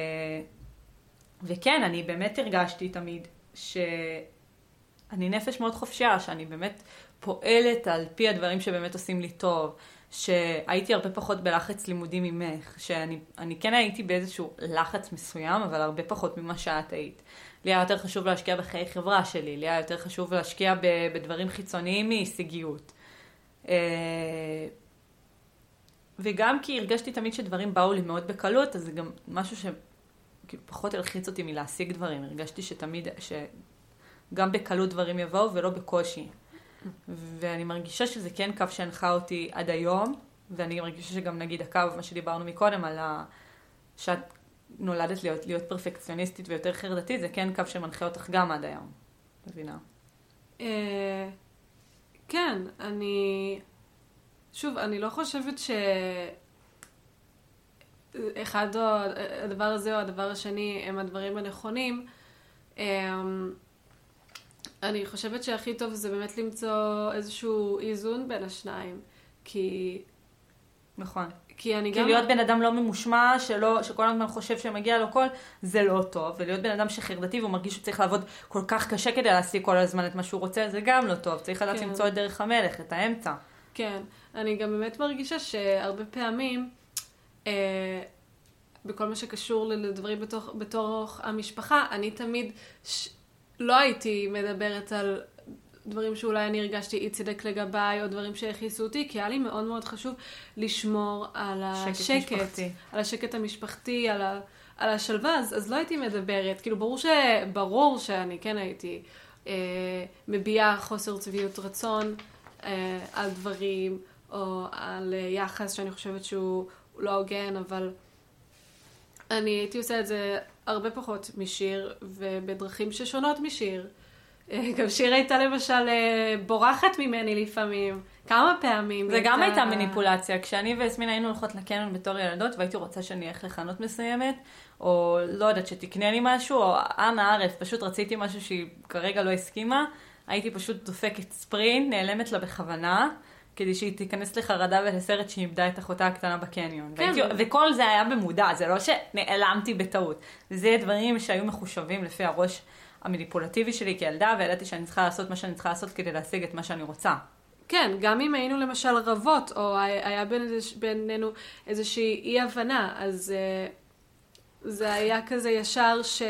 וכן, אני באמת הרגשתי תמיד שאני נפש מאוד חופשייה, שאני באמת פועלת על פי הדברים שבאמת עושים לי טוב, שהייתי הרבה פחות בלחץ לימודים ממך, שאני אני כן הייתי באיזשהו לחץ מסוים, אבל הרבה פחות ממה שאת היית. לי היה יותר חשוב להשקיע בחיי חברה שלי, לי היה יותר חשוב להשקיע בדברים חיצוניים מהישגיות. וגם כי הרגשתי תמיד שדברים באו לי מאוד בקלות, אז זה גם משהו שפחות הלחיץ אותי מלהשיג דברים. הרגשתי שתמיד, שגם בקלות דברים יבואו ולא בקושי. ואני מרגישה שזה כן קו שהנחה אותי עד היום, ואני מרגישה שגם נגיד הקו, מה שדיברנו מקודם, על ה... שאת נולדת להיות, להיות פרפקציוניסטית ויותר חרדתית, זה כן קו שמנחה אותך גם עד היום. מבינה? כן, אני... שוב, אני לא חושבת ש... אחד או הדבר הזה או הדבר השני הם הדברים הנכונים. אני חושבת שהכי טוב זה באמת למצוא איזשהו איזון בין השניים, כי... נכון. כי אני כי גם... כי להיות בן אדם לא ממושמע, שלא, שכל הזמן חושב שמגיע לו כל, זה לא טוב. ולהיות בן אדם שחרדתי והוא מרגיש שצריך לעבוד כל כך קשה כדי להשיג כל הזמן את מה שהוא רוצה, זה גם לא טוב. צריך לדעת כן. למצוא את דרך המלך, את האמצע. כן. אני גם באמת מרגישה שהרבה פעמים, אה, בכל מה שקשור לדברים בתוך, בתוך המשפחה, אני תמיד ש... לא הייתי מדברת על דברים שאולי אני הרגשתי אי צדק לגביי, או דברים שהכיסו אותי, כי היה לי מאוד מאוד חשוב לשמור על השקט, משפחתי. על השקט המשפחתי, על, ה, על השלווה, אז, אז לא הייתי מדברת. כאילו ברור, ש, ברור שאני כן הייתי אה, מביעה חוסר צביעות רצון אה, על דברים, או על אה, יחס שאני חושבת שהוא לא הוגן, אבל אני הייתי עושה את זה הרבה פחות משיר, ובדרכים ששונות משיר. גם שיר הייתה למשל בורחת ממני לפעמים, כמה פעמים. זה גם הייתה מניפולציה. כשאני ויסמין היינו הולכות לקניון בתור ילדות, והייתי רוצה שאני אלך לחנות מסוימת, או לא יודעת שתקנה לי משהו, או אנא ערף, פשוט רציתי משהו שהיא כרגע לא הסכימה, הייתי פשוט דופקת ספרינט, נעלמת לה בכוונה, כדי שהיא תיכנס לחרדה ולסרט שהיא איבדה את אחותה הקטנה בקניון. כן. והייתי, וכל זה היה במודע, זה לא שנעלמתי בטעות. זה דברים שהיו מחושבים לפי הראש המניפולטיבי שלי כילדה, וידעתי שאני צריכה לעשות מה שאני צריכה לעשות כדי להשיג את מה שאני רוצה. כן, גם אם היינו למשל רבות, או היה בינינו איזושהי אי הבנה, אז uh, זה היה כזה ישר ש...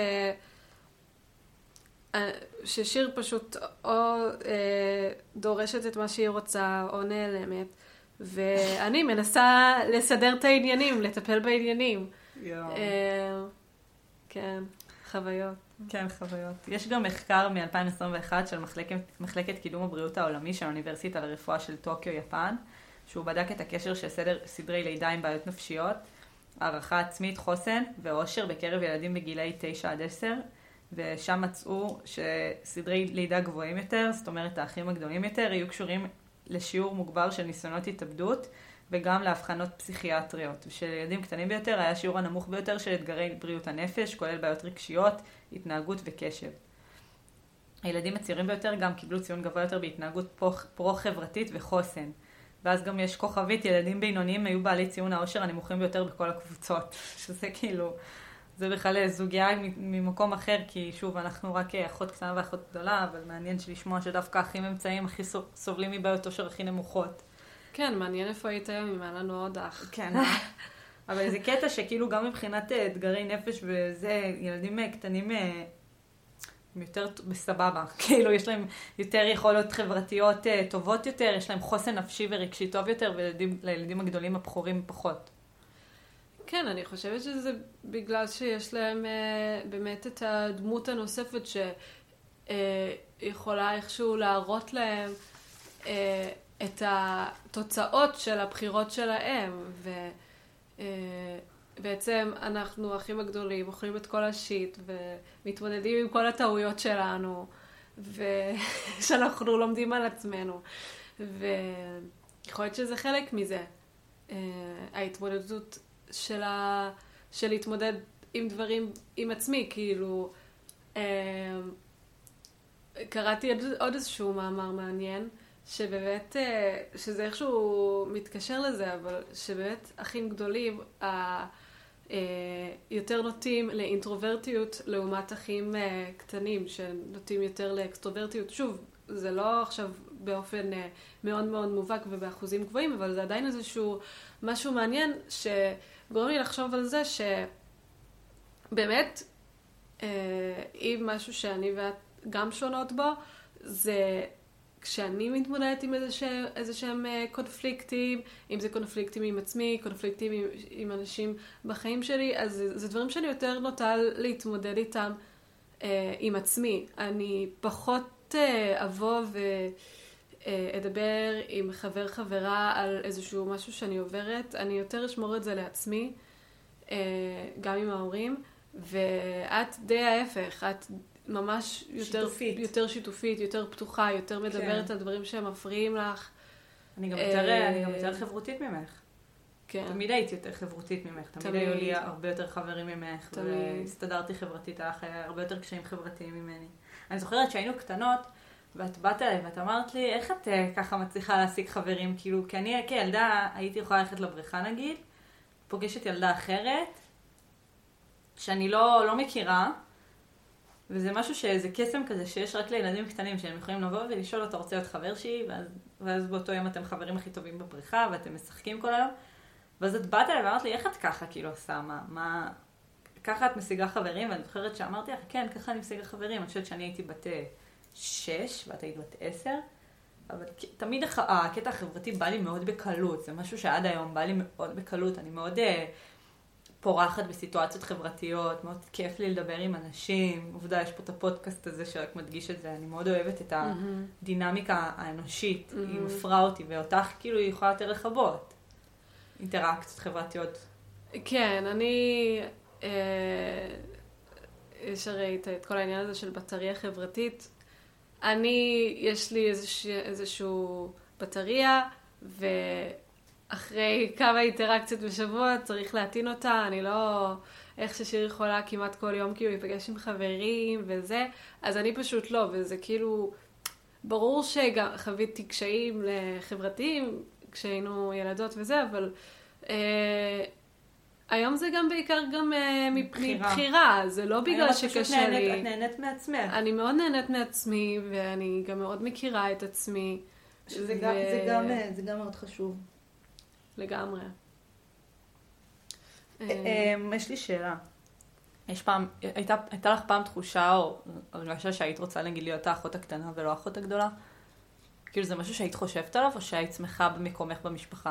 ששיר פשוט או uh, דורשת את מה שהיא רוצה, או נעלמת, ואני מנסה לסדר את העניינים, לטפל בעניינים. יואו. Uh, כן, חוויות. כן, חוויות. יש גם מחקר מ-אלפיים עשרים ואחת של מחלקת, מחלקת קידום הבריאות העולמי של האוניברסיטה לרפואה של טוקיו, יפן, שהוא בדק את הקשר של סדר, סדרי לידה עם בעיות נפשיות, הערכה עצמית, חוסן ואושר בקרב ילדים בגילי תשע עד עשר, ושם מצאו שסדרי לידה גבוהים יותר, זאת אומרת האחים הגדולים יותר, יהיו קשורים לשיעור מוגבר של ניסיונות התאבדות, וגם להבחנות פסיכיאטריות. של ילדים קטנים ביותר היה שיעור הנמוך ביותר של אתגרי בריאות הנפש, כולל בעיות רגשיות, התנהגות וקשב. הילדים הצעירים ביותר גם קיבלו ציון גבוה יותר בהתנהגות פרו-חברתית וחוסן. ואז גם יש כוכבית, ילדים בינוניים היו בעלי ציון העושר הנמוכים ביותר בכל הקבוצות. שזה כאילו, זה בכלל זוגיה ממקום אחר, כי שוב, אנחנו רק אחות קטנה ואחות גדולה, אבל מעניין לשמוע שדווקא אחים אמצעים הכי סובלים מבעיות עושר הכי נמוכות. כן, מעניין איפה היית היום, אם היה לנו עוד אח. כן, אבל זה קטע שכאילו גם מבחינת אתגרי נפש וזה, ילדים קטנים הם יותר בסבבה. כאילו יש להם יותר יכולות חברתיות טובות יותר, יש להם חוסן נפשי ורגשי טוב יותר, ולילדים הגדולים הבחורים פחות. כן, אני חושבת שזה בגלל שיש להם באמת את הדמות הנוספת שיכולה איכשהו להראות להם את התוצאות של הבחירות שלהם, ובעצם אנחנו האחים הגדולים, אוכלים את כל השיט, ומתמודדים עם כל הטעויות שלנו, ושאנחנו לומדים על עצמנו. ויכול להיות שזה חלק מזה. ההתמודדות של, ה... של להתמודד עם דברים עם עצמי, כאילו, קראתי עוד איזשהו מאמר מעניין, שבאמת, שזה איכשהו מתקשר לזה, אבל שבאמת אחים גדולים יותר נוטים לאינטרוברטיות לעומת אחים קטנים שנוטים יותר לאקסטרוברטיות. שוב, זה לא עכשיו באופן מאוד מאוד מובהק ובאחוזים גבוהים, אבל זה עדיין איזשהו משהו מעניין שגורם לי לחשוב על זה שבאמת, אם משהו שאני ואת גם שונות בו, זה כשאני מתמודדת עם איזה שהם קונפליקטים, אם זה קונפליקטים עם עצמי, קונפליקטים עם, עם אנשים בחיים שלי, אז זה, זה דברים שאני יותר נוטה להתמודד איתם אה, עם עצמי. אני פחות אה, אבוא ואדבר עם חבר חברה על איזשהו משהו שאני עוברת, אני יותר אשמור את זה לעצמי, אה, גם עם ההורים, ואת די ההפך, את ממש יותר שיתופית, יותר, שיתופית, יותר פתוחה, יותר מדברת כן. על דברים שהם מפריעים לך. אני גם יותר, אה... אני גם יותר חברותית ממך. כן. תמיד הייתי יותר חברותית ממך. תמיד, תמיד. היו לי הרבה יותר חברים ממך. תמיד. והסתדרתי חברתית, היה הרבה יותר קשיים חברתיים ממני. אני זוכרת שהיינו קטנות, ואת באת אליי ואת אמרת לי, איך את ככה מצליחה להשיג חברים? כאילו, כי אני כילדה הייתי יכולה ללכת לבריכה נגיד, פוגשת ילדה אחרת, שאני לא, לא מכירה, וזה משהו שזה קסם כזה שיש רק לילדים קטנים שהם יכולים לבוא ולשאול, אתה רוצה להיות חבר שלי? ואז, ואז באותו יום אתם חברים הכי טובים בפריחה ואתם משחקים כל היום. ואז את באת אליי ואמרת לי, איך את ככה כאילו עושה? מה, מה... ככה את משיגה חברים? ואני זוכרת שאמרתי לך, כן, ככה אני משיגה חברים. אני חושבת שאני הייתי בת שש ואת היית בת עשר. אבל תמיד הקטע החברתי בא לי מאוד בקלות. זה משהו שעד היום בא לי מאוד בקלות. אני מאוד... פורחת בסיטואציות חברתיות, מאוד כיף לי לדבר עם אנשים. עובדה, יש פה את הפודקאסט הזה שרק מדגיש את זה. אני מאוד אוהבת את הדינמיקה האנושית. היא מפרה אותי, ואותך כאילו היא יכולה יותר לחבות. אינטראקציות חברתיות. כן, אני... יש הרי את כל העניין הזה של בטריה חברתית. אני, יש לי איזשהו בטריה, ואחרי כמה אינטראקציות בשבוע צריך להטעין אותה, אני לא... איך ששיר יכולה כמעט כל יום כאילו להיפגש עם חברים וזה, אז אני פשוט לא, וזה כאילו... ברור שגם חוויתי קשיים חברתיים כשהיינו ילדות וזה, אבל אה, היום זה גם בעיקר גם אה, מבחירה. מבחירה, זה לא בגלל שקשה לי. את נהנית מעצמך. אני מאוד נהנית מעצמי, ואני גם מאוד מכירה את עצמי. שזה ו... גם, זה גם, זה גם מאוד חשוב. לגמרי. יש לי שאלה. יש פעם, הייתה, הייתה לך פעם תחושה או הרגשה שהיית רוצה נגיד להיות האחות הקטנה ולא האחות הגדולה? כאילו זה משהו שהיית חושבת עליו או שהיית שמחה במקומך במשפחה?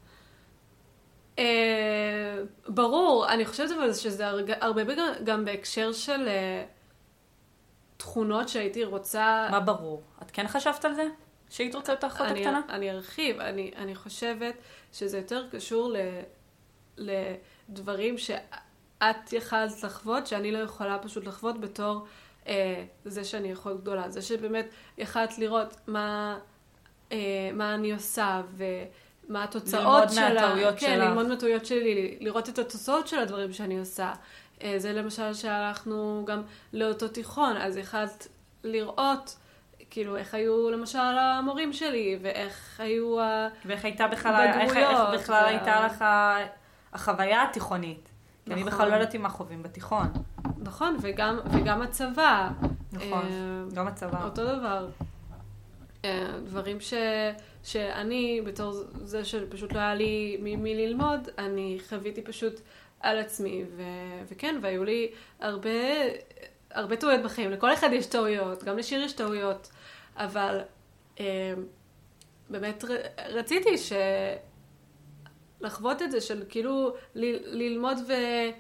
ברור, אני חושבת אבל שזה הרבה גם בהקשר של תכונות שהייתי רוצה... מה ברור? את כן חשבת על זה? שהיית רוצה להיות האחות הקטנה? אני ארחיב, אני, אני חושבת שזה יותר קשור ל, לדברים ש... את יכלת לחוות, שאני לא יכולה פשוט לחוות בתור אה, זה שאני יכול גדולה. זה שבאמת יכלת לראות מה, אה, מה אני עושה ומה התוצאות שלה. ללמוד מהטעויות כן, שלך. כן, ללמוד מהטעויות שלי, לראות את התוצאות של הדברים שאני עושה. אה, זה למשל שהלכנו גם לאותו תיכון, אז יכלת לראות כאילו איך היו למשל המורים שלי, ואיך היו הבגרויות. ואיך הייתה בכלל, איך, איך בכלל וה... הייתה לך החוויה התיכונית. כי אני בכלל לא יודעת מה חווים בתיכון. נכון, וגם, וגם הצבא. נכון, גם הצבא. אותו דבר. דברים ש, שאני, בתור זה שפשוט לא היה לי ממי ללמוד, אני חוויתי פשוט על עצמי. ו, וכן, והיו לי הרבה, הרבה טעויות בחיים. לכל אחד יש טעויות, גם לשיר יש טעויות. אבל באמת רציתי ש... לחוות את זה של כאילו ל- ללמוד ו...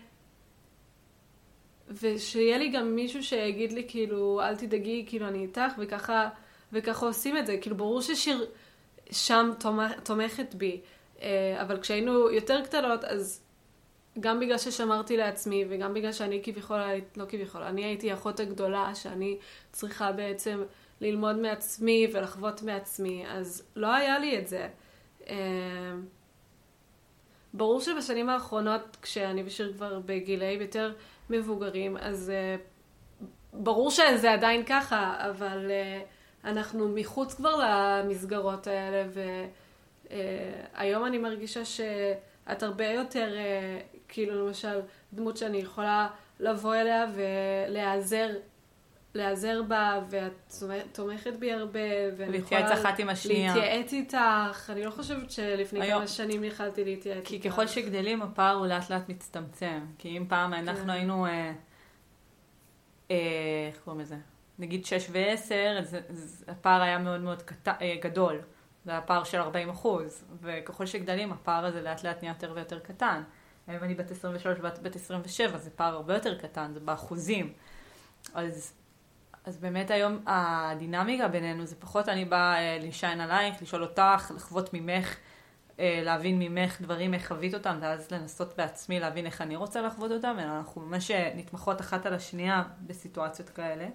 ושיהיה לי גם מישהו שיגיד לי כאילו אל תדאגי, כאילו אני איתך וככה, וככה עושים את זה. כאילו ברור ששיר שם תומכ... תומכת בי, אבל כשהיינו יותר קטנות אז גם בגלל ששמרתי לעצמי וגם בגלל שאני כביכול, לא כביכול, אני הייתי האחות הגדולה שאני צריכה בעצם ללמוד מעצמי ולחוות מעצמי, אז לא היה לי את זה. ברור שבשנים האחרונות, כשאני ושיר כבר בגילאים יותר מבוגרים, אז uh, ברור שזה עדיין ככה, אבל uh, אנחנו מחוץ כבר למסגרות האלה, והיום uh, אני מרגישה שאת הרבה יותר, uh, כאילו למשל, דמות שאני יכולה לבוא אליה ולהיעזר, להיעזר בה, ואת תומכת בי הרבה, ואני יכולה אחת עם השנייה. להתייעץ איתך. אני לא חושבת שלפני היום, כמה שנים יכלתי להתייעץ איתך. כי ככל שגדלים, הפער הוא לאט לאט מצטמצם. כי אם פעם אנחנו כן. היינו, אה, אה, איך קוראים לזה? נגיד שש ועשר, אז, אז הפער היה מאוד מאוד קט... אה, גדול. זה היה פער של ארבעים אחוז. וככל שגדלים, הפער הזה לאט לאט נהיה יותר ויותר קטן. אם אני בת עשרים ושלוש ואת בת עשרים ושבע, זה פער הרבה יותר קטן, זה באחוזים. אז... אז באמת היום הדינמיקה בינינו זה פחות אני באה להישיין עלייך, לשאול אותך, לחוות ממך, להבין ממך דברים, איך חווית אותם, ואז לנסות בעצמי להבין איך אני רוצה לחוות אותם, אלא אנחנו ממש נתמכות אחת על השנייה בסיטואציות כאלה.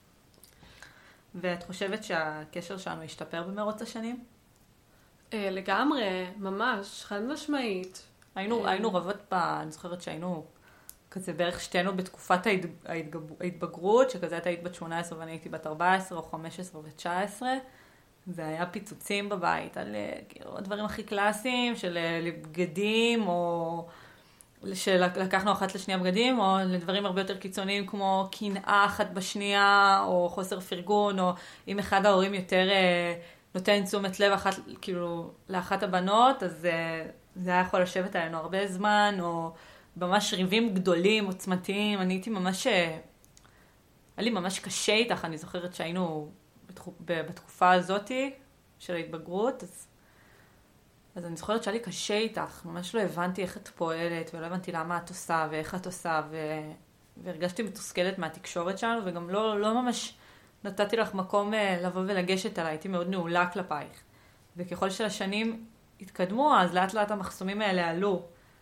ואת חושבת שהקשר שלנו ישתפר במרוץ השנים? לגמרי, ממש, חד משמעית. היינו, היינו רבות ב... אני זוכרת שהיינו... כזה בערך שתינו בתקופת ההתבגרות, שכזה את היית בת שמונה עשרה ואני הייתי בת ארבע עשרה או חמש עשרה ו-תשע עשרה. זה היה פיצוצים בבית על כאילו, הדברים הכי קלאסיים של בגדים, או שלקחנו אחת לשנייה בגדים, או לדברים הרבה יותר קיצוניים כמו קנאה אחת בשנייה, או חוסר פרגון, או אם אחד ההורים יותר נותן תשומת לב אחת, כאילו, לאחת הבנות, אז זה היה יכול לשבת עלינו הרבה זמן, או... ממש ריבים גדולים, עוצמתיים, אני הייתי ממש, היה לי ממש קשה איתך, אני זוכרת שהיינו בתקופה הזאת של ההתבגרות, אז, אז אני זוכרת שהיה לי קשה איתך, ממש לא הבנתי איך את פועלת, ולא הבנתי למה את עושה ואיך את עושה, ו... והרגשתי מתוסכלת מהתקשורת שלנו, וגם לא, לא ממש נתתי לך מקום לבוא ולגשת עליי, הייתי מאוד נעולה כלפייך. וככל שהשנים התקדמו, אז לאט לאט המחסומים האלה עלו,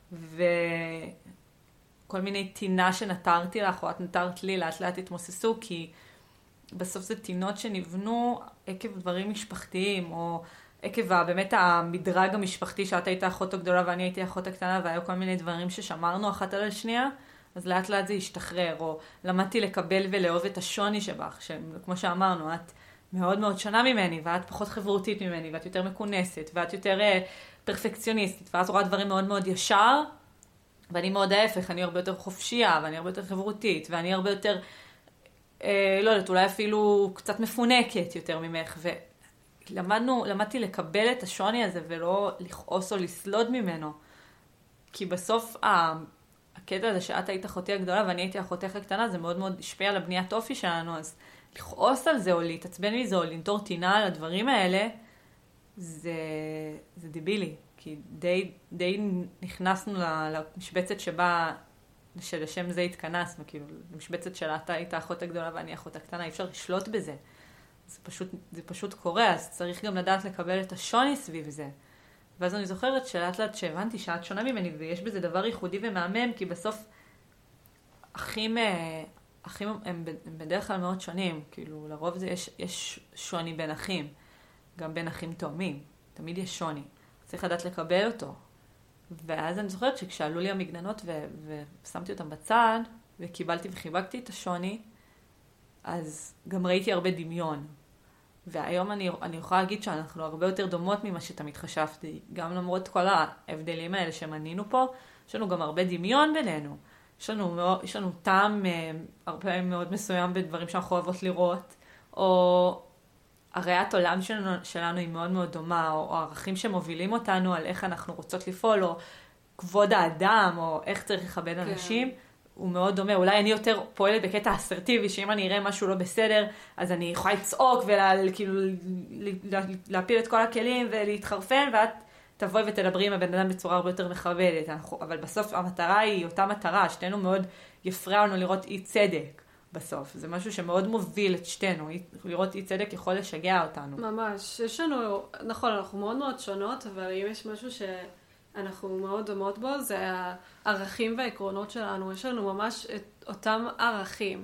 וכל מיני טינה שנטרתי לך, או את נטרת לי, לאט לאט התמוססו, כי בסוף זה טינות שנבנו עקב דברים משפחתיים, או עקב באמת המדרג המשפחתי שאת היית האחות הגדולה ואני הייתי האחות הקטנה, והיו כל מיני דברים ששמרנו אחת על השנייה, אז לאט לאט זה השתחרר, או למדתי לקבל ולאהוב את השוני שבך, שכמו שאמרנו, את מאוד מאוד שונה ממני, ואת פחות חברותית ממני, ואת יותר מכונסת, ואת יותר פרפקציוניסטית, ואת רואה דברים מאוד מאוד ישר, ואני מאוד ההפך, אני הרבה יותר חופשייה, ואני הרבה יותר חברותית, ואני הרבה יותר, אה, לא יודעת, אולי אפילו קצת מפונקת יותר ממך, ולמדנו, למדתי לקבל את השוני הזה, ולא לכעוס או לסלוד ממנו, כי בסוף הקטע הזה שאת היית אחותי הגדולה, ואני הייתי אחותך הקטנה, זה מאוד מאוד השפיע על הבניית אופי שלנו, אז לכעוס על זה, או להתעצבן מזה, או לנטור טינה על הדברים האלה, זה, זה דיבילי. כי די, די נכנסנו למשבצת שבה, שלשם זה התכנסנו, כאילו, למשבצת שלה אתה היית האחות הגדולה ואני האחות הקטנה, אי אפשר לשלוט בזה. זה פשוט, זה פשוט קורה, אז צריך גם לדעת לקבל את השוני סביב זה. ואז אני זוכרת שלאט לאט שהבנתי שאת שונה ממני, ויש בזה דבר ייחודי ומהמם, כי בסוף אחים, אחים הם, הם בדרך כלל מאוד שונים, כאילו, לרוב זה יש, יש שוני בין אחים, גם בין אחים תאומים, תמיד יש שוני. צריך לדעת לקבל אותו. ואז אני זוכרת שכשעלו לי המגננות ו- ושמתי אותם בצד, וקיבלתי וחיבקתי את השוני, אז גם ראיתי הרבה דמיון. והיום אני, אני יכולה להגיד שאנחנו הרבה יותר דומות ממה שתמיד חשבתי. גם למרות כל ההבדלים האלה שמנינו פה, יש לנו גם הרבה דמיון בינינו. יש לנו, מאוד, יש לנו טעם הרבה פעמים מאוד מסוים בדברים שאנחנו אוהבות לראות, או הראיית עולם שלנו, שלנו היא מאוד מאוד דומה, או, או ערכים שמובילים אותנו על איך אנחנו רוצות לפעול, או כבוד האדם, או איך צריך לכבד כן. אנשים, הוא מאוד דומה. אולי אני יותר פועלת בקטע אסרטיבי, שאם אני אראה משהו לא בסדר, אז אני יכולה לצעוק וכאילו להפיל את כל הכלים ולהתחרפן, ואת תבואי ותדברי עם הבן אדם בצורה הרבה יותר מכבדת. אבל בסוף המטרה היא אותה מטרה, שתינו מאוד יפריע לנו לראות אי צדק. בסוף. זה משהו שמאוד מוביל את שתינו. לראות אי צדק יכול לשגע אותנו. ממש. יש לנו, נכון, אנחנו מאוד מאוד שונות, אבל אם יש משהו שאנחנו מאוד דומות בו, זה הערכים והעקרונות שלנו. יש לנו ממש את אותם ערכים.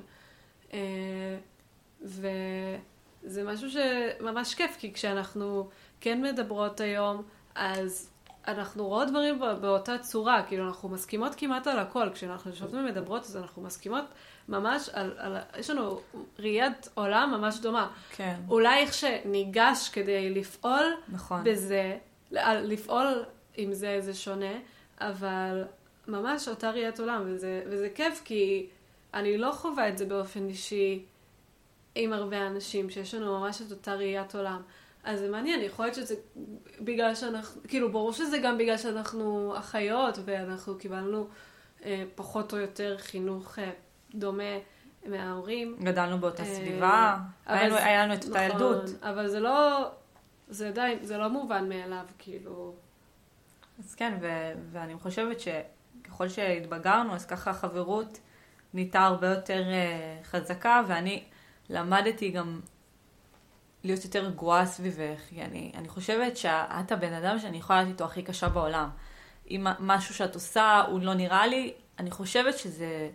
וזה משהו שממש כיף, כי כשאנחנו כן מדברות היום, אז אנחנו רואות דברים באותה צורה, כאילו אנחנו מסכימות כמעט על הכל. כשאנחנו יושבות ומדברות, אז אנחנו מסכימות ממש על, על, יש לנו ראיית עולם ממש דומה. כן. אולי איך שניגש כדי לפעול נכון. בזה, לפעול עם זה זה שונה, אבל ממש אותה ראיית עולם, וזה, וזה כיף, כי אני לא חווה את זה באופן אישי עם הרבה אנשים, שיש לנו ממש את אותה ראיית עולם. אז זה מעניין, יכול להיות שזה בגלל שאנחנו, כאילו ברור שזה גם בגלל שאנחנו אחיות, ואנחנו קיבלנו אה, פחות או יותר חינוך אה, דומה מההורים. גדלנו באותה סביבה, היה לנו את אותה ילדות. אבל זה לא, זה עדיין, זה לא מובן מאליו, כאילו. אז כן, ואני חושבת שככל שהתבגרנו, אז ככה החברות נהייתה הרבה יותר חזקה, ואני למדתי גם להיות יותר רגועה סביבך. אני, אני חושבת שאת הבן אדם שאני יכולה להיות איתו הכי קשה בעולם. אם משהו שאת עושה הוא לא נראה לי, אני חושבת שזה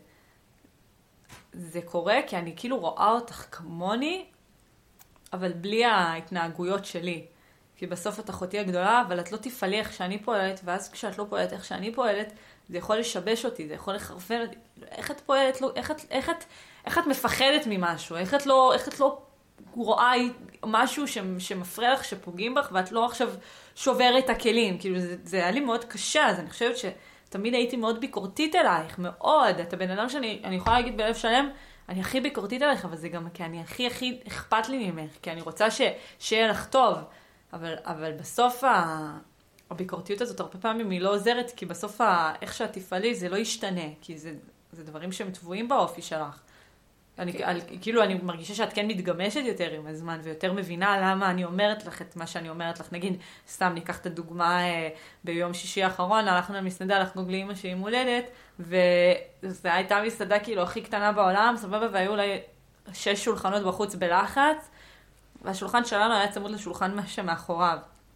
זה קורה, כי אני כאילו רואה אותך כמוני, אבל בלי ההתנהגויות שלי. כי בסוף את אחותי הגדולה, אבל את לא תפעלי איך שאני פועלת, ואז כשאת לא פועלת איך שאני פועלת, זה יכול לשבש אותי, זה יכול לחרפן אותי. איך את פועלת, לא, איך, את, איך, את, איך את מפחדת ממשהו? איך את לא, איך את לא רואה משהו שמפריע לך, שפוגעים בך, ואת לא עכשיו שוברת את הכלים? כאילו זה, זה היה לי מאוד קשה, אז אני חושבת שתמיד הייתי מאוד ביקורתית אלייך, מאוד. את הבן אדם שאני אני יכולה להגיד בלב שלם, אני הכי ביקורתית אלייך, אבל זה גם כי אני הכי הכי אכפת לי ממך, כי אני רוצה ש, שיהיה לך טוב. אבל, אבל בסוף ה... הביקורתיות הזאת הרבה פעמים היא לא עוזרת, כי בסוף ה... איך שאת תפעלי זה לא ישתנה, כי זה, זה דברים שהם טבועים באופי שלך. אני, על, כאילו אני מרגישה שאת כן מתגמשת יותר עם הזמן, ויותר מבינה למה אני אומרת לך את מה שאני אומרת לך. נגיד, סתם ניקח את הדוגמה, אה, ביום שישי האחרון, הלכנו למסעדה, הלכנו לאמא שהיא מולדת, וזו הייתה מסעדה כאילו הכי קטנה בעולם, סבבה, והיו לה שש שולחנות בחוץ בלחץ, והשולחן שלנו היה צמוד לשולחן שמאחוריו.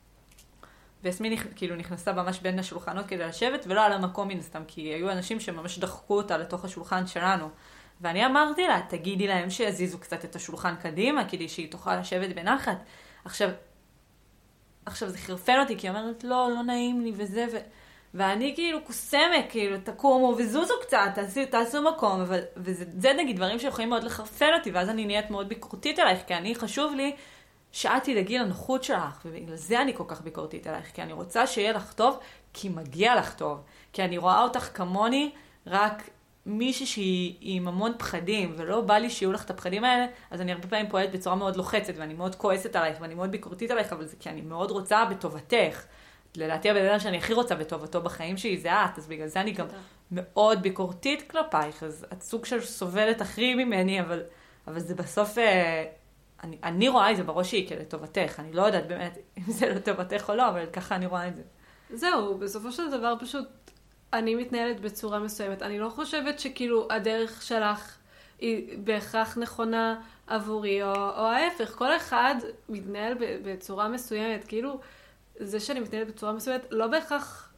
ויסמין כאילו נכנסה ממש בין השולחנות כדי לשבת, ולא על המקום מן סתם, כי היו אנשים שממש דחקו אותה לתוך השולחן שלנו. ואני אמרתי לה, תגידי להם שיזיזו קצת את השולחן קדימה, כדי שהיא תוכל לשבת בנחת. עכשיו, עכשיו זה חרפן אותי, כי היא אומרת, לא, לא נעים לי וזה, ו... ואני כאילו קוסמת, כאילו, תקומו וזוזו קצת, תעשו, תעשו מקום, אבל, וזה זה נגיד דברים שיכולים מאוד לחרפן אותי, ואז אני נהיית מאוד ביקורתית עלייך, כי אני חשוב לי שאת תדאגי לנוחות שלך, ובגלל זה אני כל כך ביקורתית עלייך, כי אני רוצה שיהיה לך טוב, כי מגיע לך טוב, כי אני רואה אותך כמוני, רק מישהי שהיא עם המון פחדים, ולא בא לי שיהיו לך את הפחדים האלה, אז אני הרבה פעמים פועלת בצורה מאוד לוחצת, ואני מאוד כועסת עלייך, ואני מאוד ביקורתית עלייך, אבל זה כי אני מאוד רוצה בטובתך. לדעתי הבן אדם שאני הכי רוצה בטובתו בחיים שלי זה את, אז בגלל זה אני גם מאוד ביקורתית כלפייך, אז את סוג של סובלת הכי ממני, אבל, אבל זה בסוף, אני, אני רואה את זה בראש שלי כלטובתך, אני לא יודעת באמת אם זה לטובתך או לא, אבל ככה אני רואה את זה. זהו, בסופו של דבר פשוט אני מתנהלת בצורה מסוימת. אני לא חושבת שכאילו הדרך שלך היא בהכרח נכונה עבורי, או, או ההפך, כל אחד מתנהל בצורה מסוימת, כאילו זה שאני מתנהלת בצורה מסוימת לא בהכרח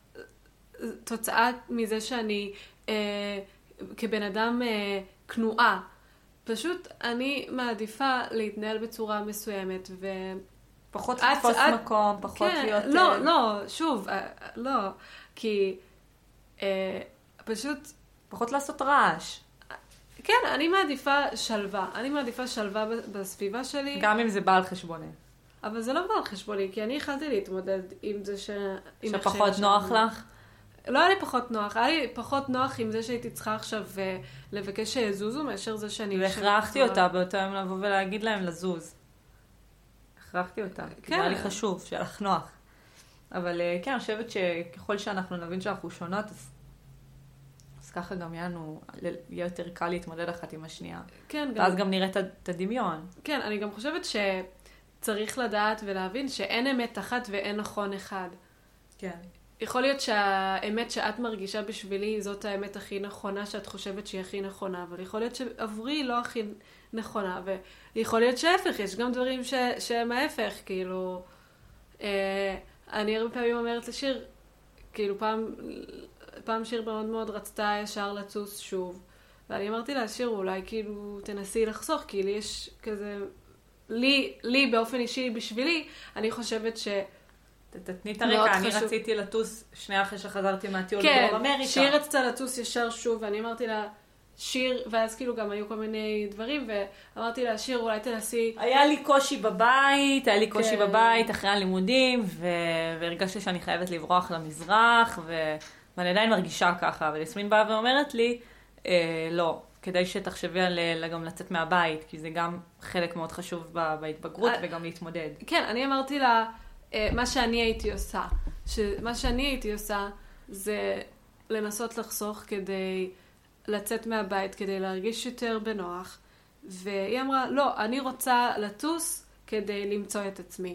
תוצאה מזה שאני אה, כבן אדם אה, כנועה. פשוט אני מעדיפה להתנהל בצורה מסוימת ו... פחות לתפוס מקום, פחות כן, להיות... לא, לא, שוב, לא, כי אה, פשוט... פחות לעשות רעש. כן, אני מעדיפה שלווה. אני מעדיפה שלווה בסביבה שלי. גם אם זה בא על חשבוני. אבל זה לא בא על חשבוני, כי אני יכלתי להתמודד עם זה ש... שפחות נוח לך? לא היה לי פחות נוח, היה לי פחות נוח עם זה שהייתי צריכה עכשיו לבקש שיזוזו, מאשר זה שאני... והכרחתי אותה באותו יום לבוא ולהגיד להם לזוז. הכרחתי אותה, כי זה היה לי חשוב, שיהיה לך נוח. אבל כן, אני חושבת שככל שאנחנו נבין שאנחנו שונות, אז, אז ככה גם יהיה לנו, יהיה יותר קל להתמודד אחת עם השנייה. כן, גם... ואז גם נראה את הדמיון. כן, אני גם חושבת שצריך לדעת ולהבין שאין אמת אחת ואין נכון אחד. כן. יכול להיות שהאמת שאת מרגישה בשבילי זאת האמת הכי נכונה שאת חושבת שהיא הכי נכונה, אבל יכול להיות שעבורי היא לא הכי נכונה, ויכול להיות שההפך, יש גם דברים ש... שהם ההפך, כאילו, אה, אני הרבה פעמים אומרת לשיר, כאילו פעם, פעם שיר מאוד מאוד רצתה ישר לצוס שוב, ואני אמרתי לה, שיר, אולי כאילו תנסי לחסוך, כי לי יש כזה, לי, לי באופן אישי בשבילי, אני חושבת ש... תתני את הרקע, אני חשוב. רציתי לטוס שנייה אחרי שחזרתי מהטיול כן, לדרום אמריקה. כן, שיר רצתה לטוס ישר שוב, ואני אמרתי לה, שיר, ואז כאילו גם היו כל מיני דברים, ואמרתי לה, שיר, אולי תנסי... היה לי קושי בבית, היה לי קושי כן. בבית אחרי הלימודים, ו... והרגשתי שאני חייבת לברוח למזרח, ו... ואני עדיין מרגישה ככה, וליסמין באה ואומרת לי, אה, לא, כדאי שתחשבי על גם לצאת מהבית, כי זה גם חלק מאוד חשוב בהתבגרות, I... וגם להתמודד. כן, אני אמרתי לה, מה שאני הייתי עושה, שמה שאני הייתי עושה זה לנסות לחסוך כדי לצאת מהבית, כדי להרגיש יותר בנוח, והיא אמרה, לא, אני רוצה לטוס כדי למצוא את עצמי.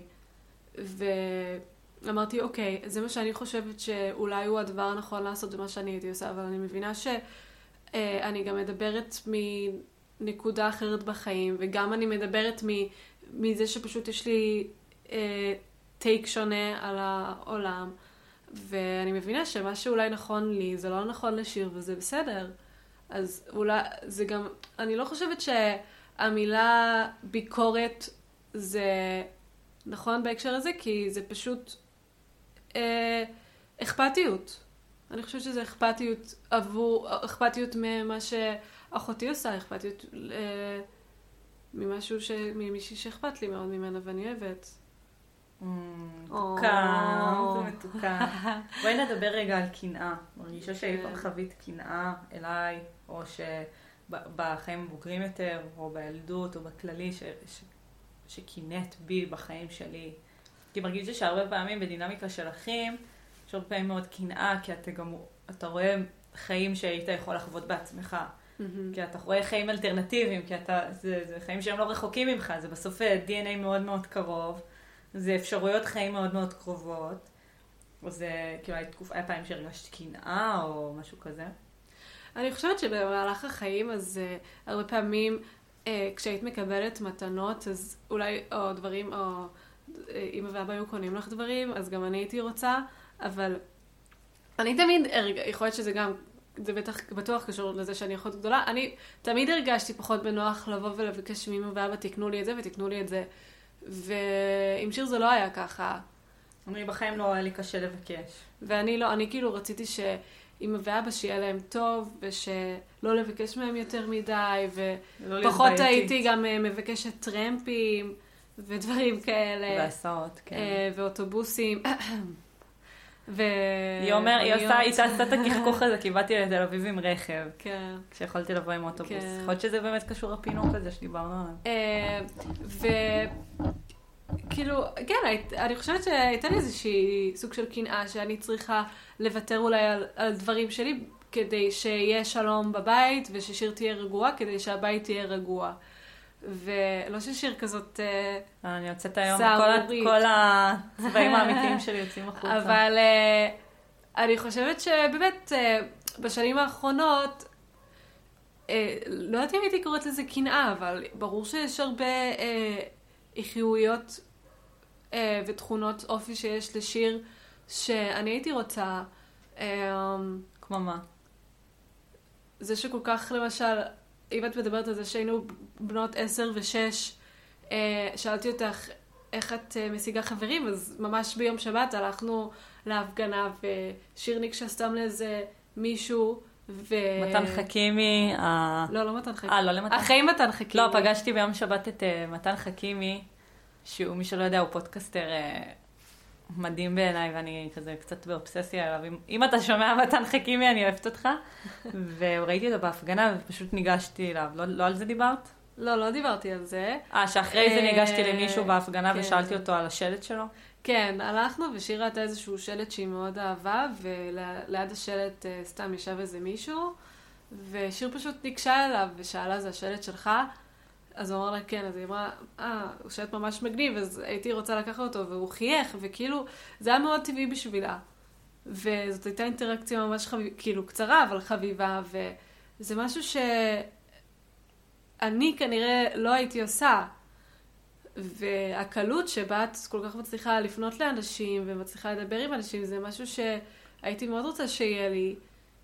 ואמרתי, אוקיי, זה מה שאני חושבת שאולי הוא הדבר הנכון לעשות, זה מה שאני הייתי עושה, אבל אני מבינה שאני גם מדברת מנקודה אחרת בחיים, וגם אני מדברת מזה שפשוט יש לי... טייק שונה על העולם, ואני מבינה שמה שאולי נכון לי, זה לא נכון לשיר, וזה בסדר. אז אולי, זה גם, אני לא חושבת שהמילה ביקורת זה נכון בהקשר הזה, כי זה פשוט אה, אכפתיות. אני חושבת שזה אכפתיות עבור, אכפתיות ממה שאחותי עושה, אכפתיות אה, ממשהו ש, ממישהי שאכפת לי מאוד ממנה, ואני אוהבת. מתוקה, זה מתוקה. בואי נדבר רגע על קנאה. מרגישה שאי פעם חווית קנאה אליי, או שבחיים הבוגרים יותר, או בילדות, או בכללי, שקינאת בי בחיים שלי. כי מרגישה שהרבה פעמים בדינמיקה של אחים, יש הרבה פעמים מאוד קנאה, כי אתה גם, אתה רואה חיים שהיית יכול לחוות בעצמך. כי אתה רואה חיים אלטרנטיביים, כי אתה, זה, זה חיים שהם לא רחוקים ממך, זה בסוף די אן איי מאוד מאוד קרוב. זה אפשרויות חיים מאוד מאוד קרובות. או זה, כאילו, היה פעמים שהרגשת קנאה או משהו כזה. אני חושבת שבמהלך החיים, אז uh, הרבה פעמים, uh, כשהיית מקבלת מתנות, אז אולי, או דברים, או אמא ואבא היו קונים לך דברים, אז גם אני הייתי רוצה, אבל אני תמיד, יכול להיות שזה גם, זה בטח, בטוח קשור לזה שאני אחות גדולה, אני תמיד הרגשתי פחות בנוח לבוא ולבקש מאמא ואבא, תקנו לי את זה ותקנו לי את זה. ועם שיר זה לא היה ככה. אני בחיים לא היה לי קשה לבקש. ואני לא, אני כאילו רציתי שאמא ואבא שיהיה להם טוב, ושלא לבקש מהם יותר מדי, ופחות הייתי גם מבקשת טרמפים, ודברים כאלה. והסעות, כן. ואוטובוסים. ו... היא אומר, היא עושה, היא תעשה את הכחכוך הזה, כי באתי לתל אביב עם רכב. כן. כשיכולתי לבוא עם אוטובוס. כן. יכול להיות שזה באמת קשור לפינוק הזה שדיברנו עליו. וכאילו, כן, אני חושבת שהייתה לי איזושהי סוג של קנאה שאני צריכה לוותר אולי על, על דברים שלי כדי שיהיה שלום בבית וששיר תהיה רגועה, כדי שהבית תהיה רגוע. ולא ששיר כזאת סערורית. אני יוצאת היום, כל הצבעים האמיתיים שלי יוצאים החוצה. אבל אני חושבת שבאמת בשנים האחרונות, לא יודעת אם הייתי קוראת לזה קנאה, אבל ברור שיש הרבה איכויות ותכונות אופי שיש לשיר שאני הייתי רוצה. כמו מה? זה שכל כך למשל, אם את מדברת על זה שהיינו בנות עשר ושש, שאלתי אותך איך את משיגה חברים, אז ממש ביום שבת הלכנו להפגנה ושיר ניגשה סתם לאיזה מישהו ו... מתן חכימי. לא, לא מתן חכימי. אה, לא למתן. אחרי מתן חכימי. לא, פגשתי ביום שבת את מתן חכימי, שהוא, מי שלא יודע, הוא פודקאסטר מדהים בעיניי, ואני כזה קצת באובססיה אליו. אם אתה שומע מתן חכימי, אני אוהבת אותך. וראיתי אותו בהפגנה, ופשוט ניגשתי אליו. לא, לא על זה דיברת? לא, לא דיברתי על זה. אה, שאחרי זה ניגשתי למישהו בהפגנה ושאלתי אותו על השלט שלו? כן, הלכנו ושירה הייתה איזשהו שלט שהיא מאוד אהבה, וליד השלט סתם ישב איזה מישהו, ושיר פשוט ניגשה אליו ושאלה, זה השלט שלך? אז הוא אמר לה כן, אז היא אמרה, אה, הוא שלט ממש מגניב, אז הייתי רוצה לקחת אותו, והוא חייך, וכאילו, זה היה מאוד טבעי בשבילה. וזאת הייתה אינטראקציה ממש חביבה, כאילו קצרה, אבל חביבה, וזה משהו שאני כנראה לא הייתי עושה. והקלות שבה את כל כך מצליחה לפנות לאנשים ומצליחה לדבר עם אנשים, זה משהו שהייתי מאוד רוצה שיהיה לי.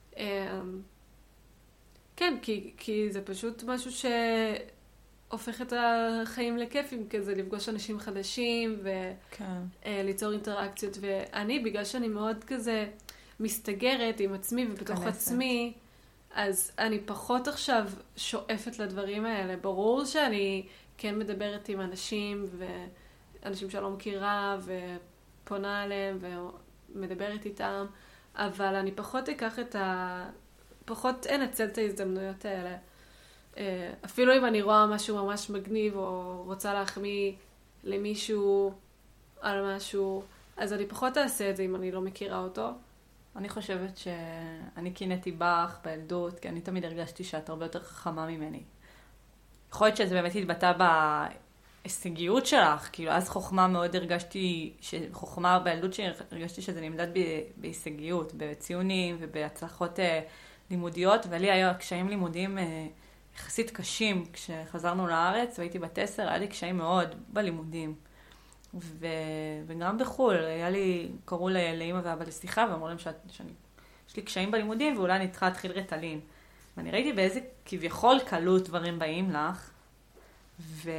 כן, כי, כי זה פשוט משהו שהופך את החיים לכיפים, כזה לפגוש אנשים חדשים וליצור אינטראקציות. ואני, בגלל שאני מאוד כזה מסתגרת עם עצמי ובתוך עצמי, אז אני פחות עכשיו שואפת לדברים האלה. ברור שאני כן מדברת עם אנשים, ואנשים שאני לא מכירה, ופונה עליהם, ומדברת איתם, אבל אני פחות אקח את ה... פחות אנצל את ההזדמנויות האלה. אפילו אם אני רואה משהו ממש מגניב, או רוצה להחמיא למישהו על משהו, אז אני פחות אעשה את זה אם אני לא מכירה אותו. אני חושבת שאני קינאתי בך בילדות, כי אני תמיד הרגשתי שאת הרבה יותר חכמה ממני. יכול להיות שזה באמת התבטא בהישגיות שלך, כאילו אז חוכמה מאוד הרגשתי, חוכמה בילדות שהרגשתי שזה נמדד בהישגיות, בציונים ובהצלחות לימודיות, ולי היה קשיים לימודיים יחסית קשים כשחזרנו לארץ, והייתי בת עשר, היה לי קשיים מאוד בלימודים. ו... וגם בחול, היה לי, קראו לאמא ואבא לשיחה, ואמרו להם שאת, שאני, יש לי קשיים בלימודים, ואולי אני צריכה להתחיל רטלין. ואני ראיתי באיזה כביכול קלות דברים באים לך, ו...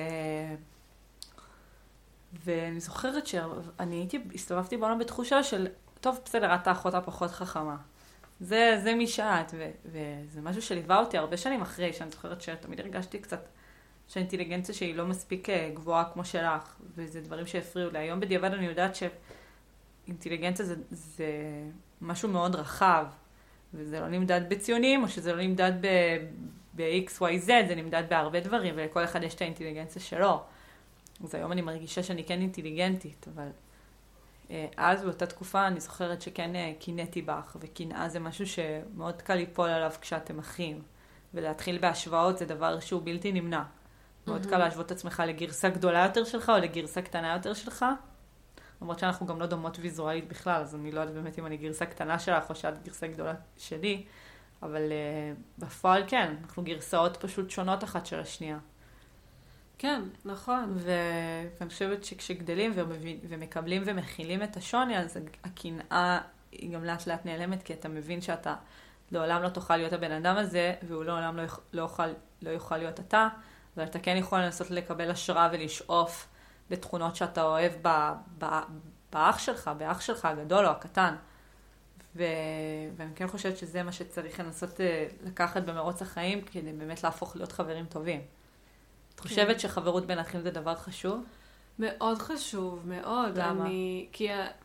ואני זוכרת שאני הייתי, הסתובבתי בעולם בתחושה של, טוב, בסדר, את האחות הפחות חכמה. זה, זה מי שאת, ו... וזה משהו שליווה אותי הרבה שנים אחרי, שאני זוכרת שתמיד הרגשתי קצת שהאינטליגנציה שהיא לא מספיק גבוהה כמו שלך, וזה דברים שהפריעו לי. היום בדיעבד אני יודעת שאינטליגנציה זה, זה משהו מאוד רחב, וזה לא נמדד בציונים, או שזה לא נמדד ב-X, Y, Z, זה נמדד בהרבה דברים, ולכל אחד יש את האינטליגנציה שלו. אז היום אני מרגישה שאני כן אינטליגנטית, אבל אז באותה תקופה אני זוכרת שכן קינאתי בך, וקנאה זה משהו שמאוד קל ליפול עליו כשאתם אחים, ולהתחיל בהשוואות זה דבר שהוא בלתי נמנע. מאוד קל להשוות את עצמך לגרסה גדולה יותר שלך, או לגרסה קטנה יותר שלך. למרות שאנחנו גם לא דומות ויזואלית בכלל, אז אני לא יודעת באמת אם אני גרסה קטנה שלך, או שאת גרסה גדולה שלי. אבל uh, בפועל כן, אנחנו גרסאות פשוט שונות אחת של השנייה. כן, נכון. ו- ואני חושבת שכשגדלים ומבין, ומקבלים ומכילים את השוני, אז הקנאה היא גם לאט לאט נעלמת, כי אתה מבין שאתה לעולם לא תוכל להיות הבן אדם הזה, והוא לעולם לא, לא, יוכל, לא יוכל להיות אתה, אבל אתה כן יכול לנסות לקבל השראה ולשאוף לתכונות שאתה אוהב ב, ב, באח שלך, באח שלך הגדול או הקטן. ו... ואני כן חושבת שזה מה שצריך לנסות לקחת במרוץ החיים, כדי באמת להפוך להיות חברים טובים. את חושבת שחברות בין אחים זה דבר חשוב? מאוד חשוב, מאוד. למה? אני, כי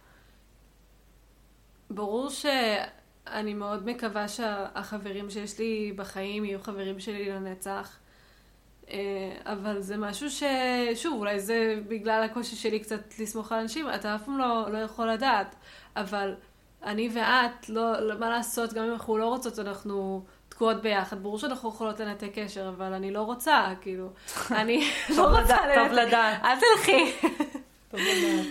ברור שאני מאוד מקווה שהחברים שיש לי בחיים יהיו חברים שלי לנצח. אבל זה משהו ש... שוב, אולי זה בגלל הקושי שלי קצת לסמוך על אנשים, אתה אף פעם לא, לא יכול לדעת. אבל אני ואת, לא, מה לעשות, גם אם אנחנו לא רוצות, אנחנו תקועות ביחד. ברור שאנחנו יכולות לנתק קשר, אבל אני לא רוצה, כאילו. אני לא רוצה... טוב לדעת. אל תלכי. טוב לדעת.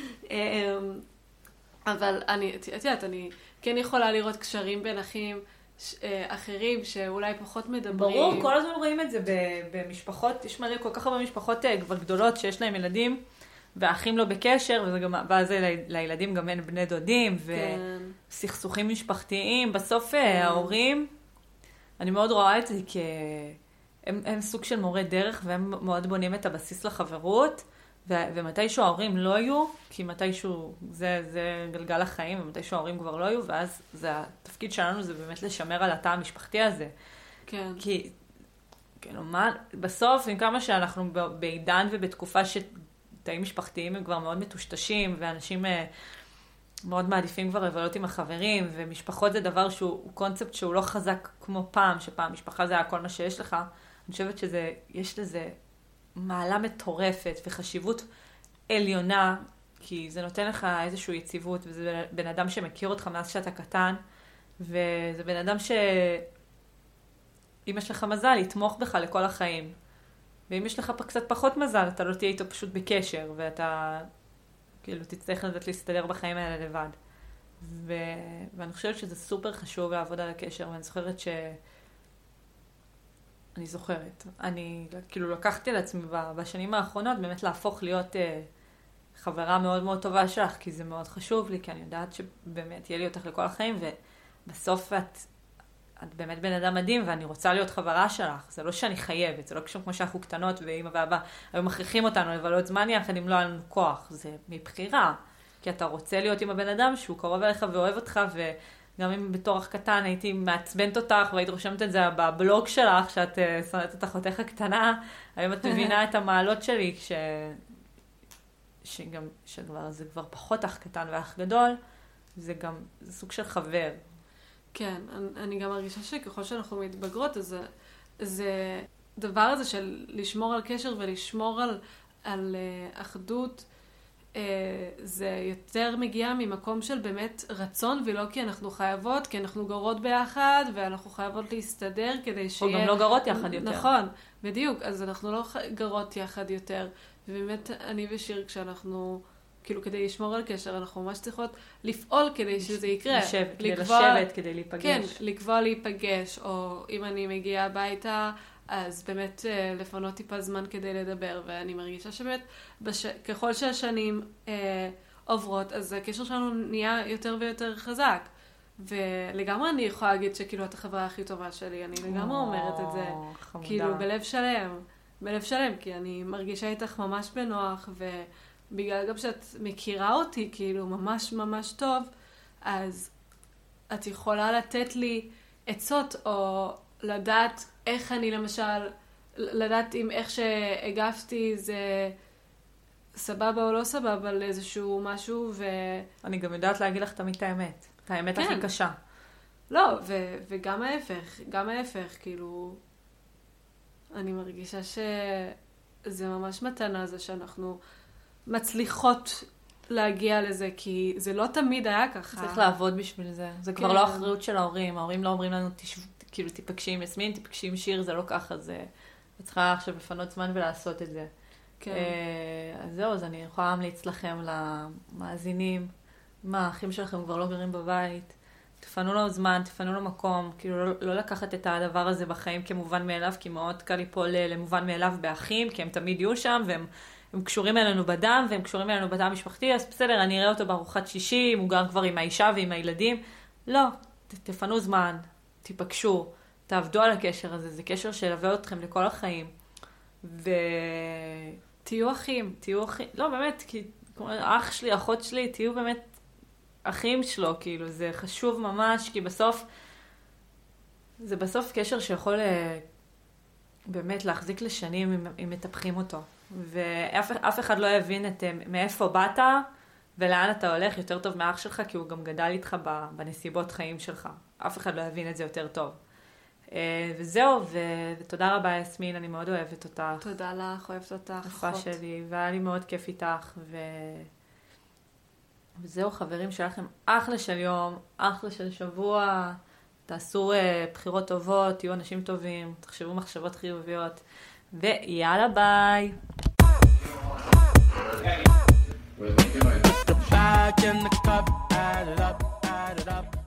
אבל אני, את יודעת, אני כן יכולה לראות קשרים בין אחים אחרים שאולי פחות מדברים. ברור, כל הזמן רואים את זה במשפחות, יש מלא כל כך הרבה משפחות כבר גדולות שיש להם ילדים, והאחים לא בקשר, וזה גם, ואז לילדים גם אין בני דודים, וסכסוכים משפחתיים. בסוף ההורים, אני מאוד רואה את זה כי הם, הם סוג של מורה דרך, והם מאוד בונים את הבסיס לחברות, ו- ומתישהו ההורים לא יהיו, כי מתישהו זה, זה גלגל החיים, ומתישהו ההורים כבר לא יהיו, ואז זה, התפקיד שלנו זה באמת לשמר על התא המשפחתי הזה. כן. כי, כאילו, מה, בסוף, עם כמה שאנחנו בעידן ובתקופה שתאים משפחתיים הם כבר מאוד מטושטשים, ואנשים מאוד מעדיפים כבר לבלות עם החברים, ומשפחות זה דבר שהוא קונספט שהוא לא חזק כמו פעם, שפעם משפחה זה היה כל מה שיש לך. אני חושבת שזה, יש לזה מעלה מטורפת וחשיבות עליונה, כי זה נותן לך איזושהי יציבות, וזה בן אדם שמכיר אותך מאז שאתה קטן, וזה בן אדם ש... אם יש לך מזל, יתמוך בך לכל החיים. ואם יש לך קצת פחות מזל, אתה לא תהיה איתו פשוט בקשר, ואתה כאילו תצטרך לדעת להסתדר בחיים האלה לבד. ו... ואני חושבת שזה סופר חשוב לעבוד על הקשר, ואני זוכרת ש... אני זוכרת. אני כאילו לקחתי על עצמי בשנים האחרונות באמת להפוך להיות אה, חברה מאוד מאוד טובה שלך, כי זה מאוד חשוב לי, כי אני יודעת שבאמת יהיה לי אותך לכל החיים, ובסוף את, את באמת בן אדם מדהים, ואני רוצה להיות חברה שלך. זה לא שאני חייבת, זה לא כמו שאנחנו קטנות, ואמא ואבא היו מכריחים אותנו לבלות זמן יחד אם לא היה לנו כוח. זה מבחירה, כי אתה רוצה להיות עם הבן אדם שהוא קרוב אליך ואוהב אותך, ו... גם אם בתור אח קטן הייתי מעצבנת אותך והיית רושמת את זה בבלוג שלך, שאת שונאת את אחותך הקטנה, היום את מבינה את המעלות שלי, ש... שגם, שכבר, זה כבר פחות אח קטן ואח גדול, זה גם, זה סוג של חבר. כן, אני גם מרגישה שככל שאנחנו מתבגרות, אז זה דבר הזה של לשמור על קשר ולשמור על, על אחדות, זה יותר מגיע ממקום של באמת רצון, ולא כי אנחנו חייבות, כי אנחנו גרות ביחד, ואנחנו חייבות להסתדר כדי שיהיה... או גם לא גרות יחד יותר. נכון, בדיוק, אז אנחנו לא גרות יחד יותר, ובאמת אני ושיר כשאנחנו, כאילו כדי לשמור על קשר, אנחנו ממש צריכות לפעול כדי שזה יקרה. לשבת, כדי לשבת, כדי להיפגש. כן, לקבוע להיפגש, או אם אני מגיעה הביתה, אז באמת לפנות טיפה זמן כדי לדבר, ואני מרגישה שבאמת בש... ככל שהשנים אה, עוברות, אז הקשר שלנו נהיה יותר ויותר חזק. ולגמרי אני יכולה להגיד שכאילו את החברה הכי טובה שלי, אני לגמרי אומרת את זה, חמודה. כאילו בלב שלם, בלב שלם, כי אני מרגישה איתך ממש בנוח, ובגלל גם שאת מכירה אותי כאילו ממש ממש טוב, אז את יכולה לתת לי עצות או לדעת איך אני למשל, לדעת אם איך שהגפתי זה סבבה או לא סבבה לאיזשהו משהו, ו... אני גם יודעת להגיד לך תמיד את האמת. את האמת הכי קשה. לא, ו- וגם ההפך, גם ההפך, כאילו, אני מרגישה שזה ממש מתנה זה שאנחנו מצליחות להגיע לזה, כי זה לא תמיד היה ככה. צריך לעבוד בשביל זה. זה כבר לא אחריות של ההורים. ההורים לא אומרים לנו, כאילו, תיפגשי עם יסמין, תיפגשי עם שיר, זה לא ככה, זה... את צריכה עכשיו לפנות זמן ולעשות את זה. כן. אז זהו, אז אני יכולה להמליץ לכם למאזינים, מה, האחים שלכם כבר לא גרים בבית, תפנו לו זמן, תפנו לו מקום, כאילו לא, לא לקחת את הדבר הזה בחיים כמובן מאליו, כי מאוד קל ליפול למובן מאליו באחים, כי הם תמיד יהיו שם, והם הם קשורים אלינו בדם, והם קשורים אלינו בדם המשפחתי, אז בסדר, אני אראה אותו בארוחת שישי, אם הוא גר כבר עם האישה ועם הילדים. לא, ת, תפנו זמן, תיפגשו, תעבדו על הקשר הזה, זה קשר שילווה אתכם לכל החיים. ו... תהיו אחים. תהיו אחים. לא, באמת, כי כמו אח שלי, אחות שלי, תהיו באמת אחים שלו, כאילו, זה חשוב ממש, כי בסוף, זה בסוף קשר שיכול באמת להחזיק לשנים אם, אם מטפחים אותו. ואף אף אחד לא יבין את מאיפה באת ולאן אתה הולך יותר טוב מאח שלך, כי הוא גם גדל איתך בנסיבות חיים שלך. אף אחד לא יבין את זה יותר טוב. וזהו, ותודה רבה יסמין, אני מאוד אוהבת אותך. תודה לך, אוהבת אותך. יפה שלי, והיה לי מאוד כיף איתך. ו... וזהו חברים, שיהיה לכם אחלה של יום, אחלה של שבוע. תעשו uh, בחירות טובות, תהיו אנשים טובים, תחשבו מחשבות חיוביות, ויאללה ביי. Back in the cup, add it up, add it up.